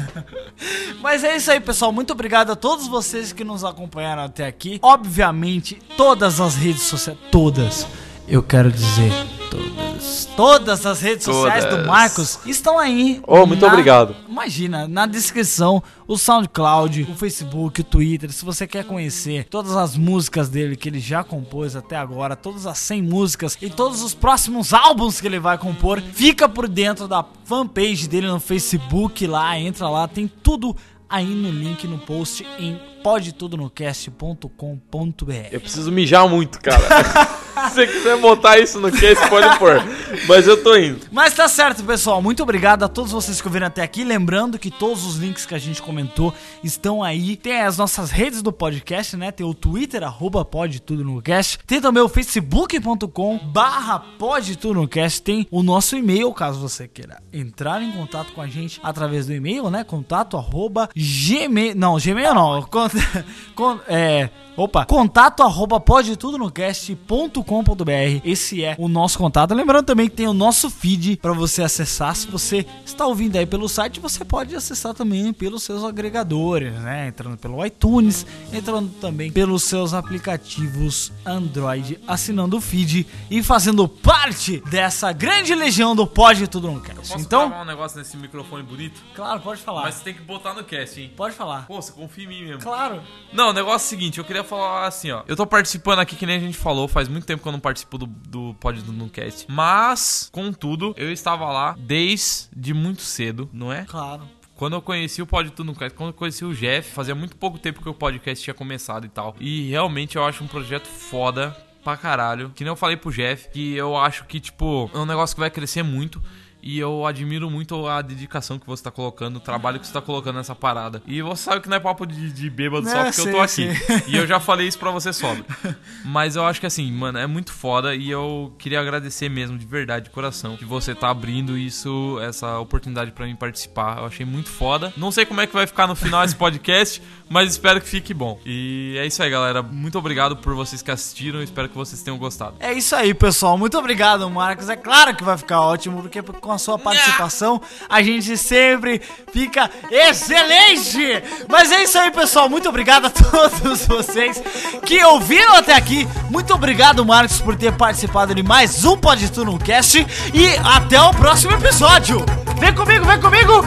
Mas é isso aí, pessoal. Muito obrigado a todos vocês que nos acompanharam até aqui. Obviamente, todas as redes sociais, todas, eu quero dizer todas, todas as redes Todas. sociais do Marcos estão aí. Oh, muito na- obrigado. Imagina, na descrição, o SoundCloud, o Facebook, o Twitter. Se você quer conhecer todas as músicas dele que ele já compôs até agora, todas as cem músicas e todos os próximos álbuns que ele vai compor, fica por dentro da fanpage dele no Facebook lá, entra lá, tem tudo aí no link no post em pode tudo no cast ponto com ponto b r. Eu preciso mijar muito, cara. Se você quiser botar isso no case, pode pôr. Mas eu tô indo. Mas tá certo, pessoal. Muito obrigado a todos vocês que ouviram até aqui. Lembrando que todos os links que a gente comentou estão aí. Tem as nossas redes do podcast, né? Tem o Twitter, arroba pode tudo no cast. Tem também o facebook ponto com barra pode tudo no cast. Tem o nosso e-mail, caso você queira entrar em contato com a gente através do e-mail, né? Contato arroba gmail... Não, gmail não. Cont... Con... É... Opa, contato arroba pode tudo no cast ponto com ponto b r. Esse é o nosso contato. Lembrando também que tem o nosso feed para você acessar. Se você está ouvindo aí pelo site, você pode acessar também pelos seus agregadores, né? Entrando pelo iTunes, entrando também pelos seus aplicativos Android, assinando o feed e fazendo parte dessa grande legião do Pode Tudo no Cast. Posso Então, gravar um negócio nesse microfone bonito? claro, pode falar. Mas você tem que botar no cast, hein? Pode falar. Pô, você confia em mim mesmo. Claro. Não, o negócio é o seguinte, eu queria falar assim, ó. Eu tô participando aqui, que nem a gente falou, faz muito tempo que eu não participo do, do Pode Tudo no Cast. Mas, contudo, eu estava lá desde muito cedo, não é? Claro. Quando eu conheci o Pode Tudo no Cast, quando eu conheci o Jeff, fazia muito pouco tempo que o podcast tinha começado e tal. E realmente eu acho um projeto foda pra caralho. Que nem eu falei pro Jeff, que eu acho que, tipo, é um negócio que vai crescer muito. E eu admiro muito a dedicação que você tá colocando, o trabalho que você tá colocando nessa parada. E você sabe que não é papo de, de bêbado só É, porque sei, eu tô aqui. sei. E eu já falei isso pra você sóbrio. Mas eu acho que assim, mano, é muito foda. E eu queria agradecer mesmo, de verdade, de coração, que você tá abrindo isso, essa oportunidade pra mim participar. Eu achei muito foda. Não sei como é que vai ficar no final esse podcast, mas espero que fique bom. E é isso aí, galera. Muito obrigado por vocês que assistiram. Espero que vocês tenham gostado. É isso aí, pessoal. Muito obrigado, Marcos. É claro que vai ficar ótimo, porque com a sua participação a gente sempre fica excelente. Mas é isso aí, pessoal. Muito obrigado a todos vocês que ouviram até aqui. Muito obrigado, Marcos, por ter participado de mais um Pode Tudo no Cast. E até o próximo episódio. Vem comigo, vem comigo.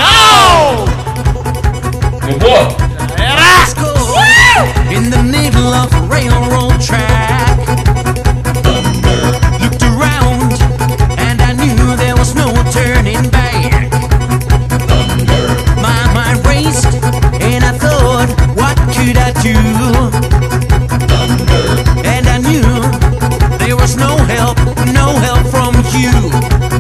Tchau! Boa! Era! In the middle of a railroad track, looked around and I knew there was no turning back. My mind raced and I thought, what could I do? And I knew there was no help, no help from you.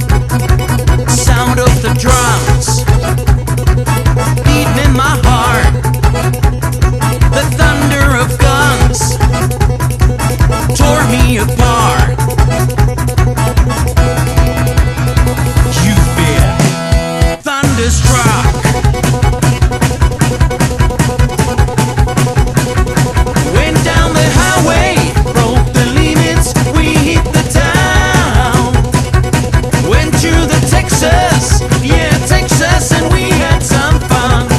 Sound of the drums beating in my heart, the thunder of guns tore me apart. You've been thunderstruck. Went down the highway, broke the limits, we hit the town. Went to the Texas, yeah, Texas, and we had some fun.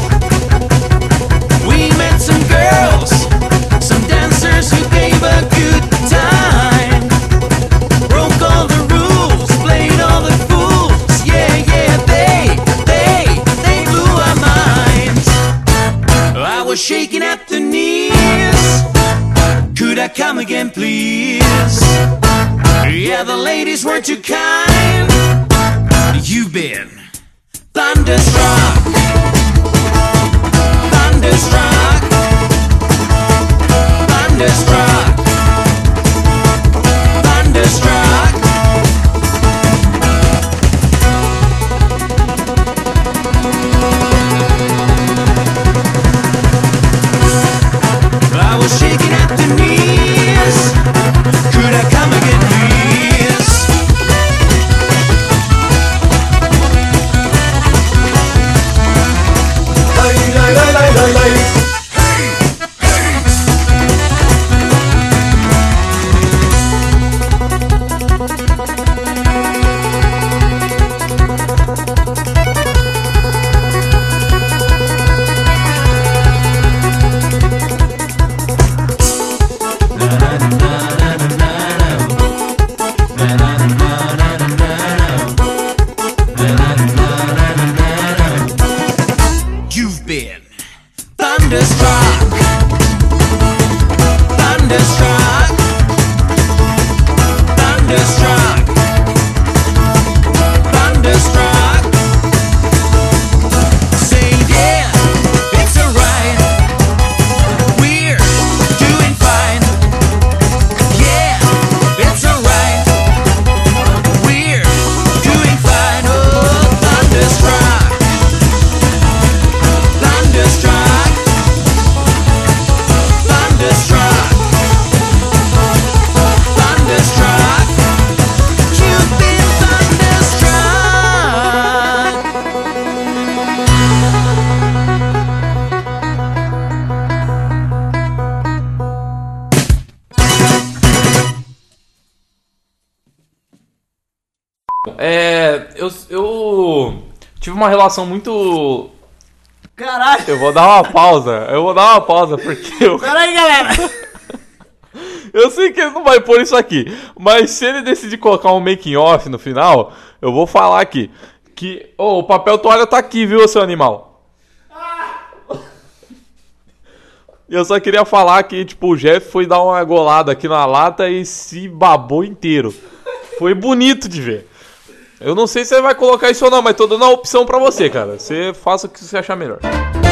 We met some girls, some dancers who gave a good time. Broke all the rules, played all the fools. Yeah, yeah, they, they, they blew our minds. I was shaking at the knees. Could I come again, please? Yeah, the ladies weren't too kind. You've been thunderstruck. Thunderstruck, thunderstruck, thunderstruck. É, eu, eu tive uma relação muito... Caralho. Eu vou dar uma pausa, eu vou dar uma pausa, porque eu... Peraí, galera. Eu sei que ele não vai pôr isso aqui, mas se ele decidir colocar um making off no final, eu vou falar aqui. Que, oh, o papel toalha tá aqui, viu, seu animal? Eu só queria falar que, tipo, o Jeff foi dar uma golada aqui na lata e se babou inteiro. Foi bonito de ver. Eu não sei se você vai colocar isso ou não, mas tô dando a opção pra você, cara. Você faça o que você achar melhor.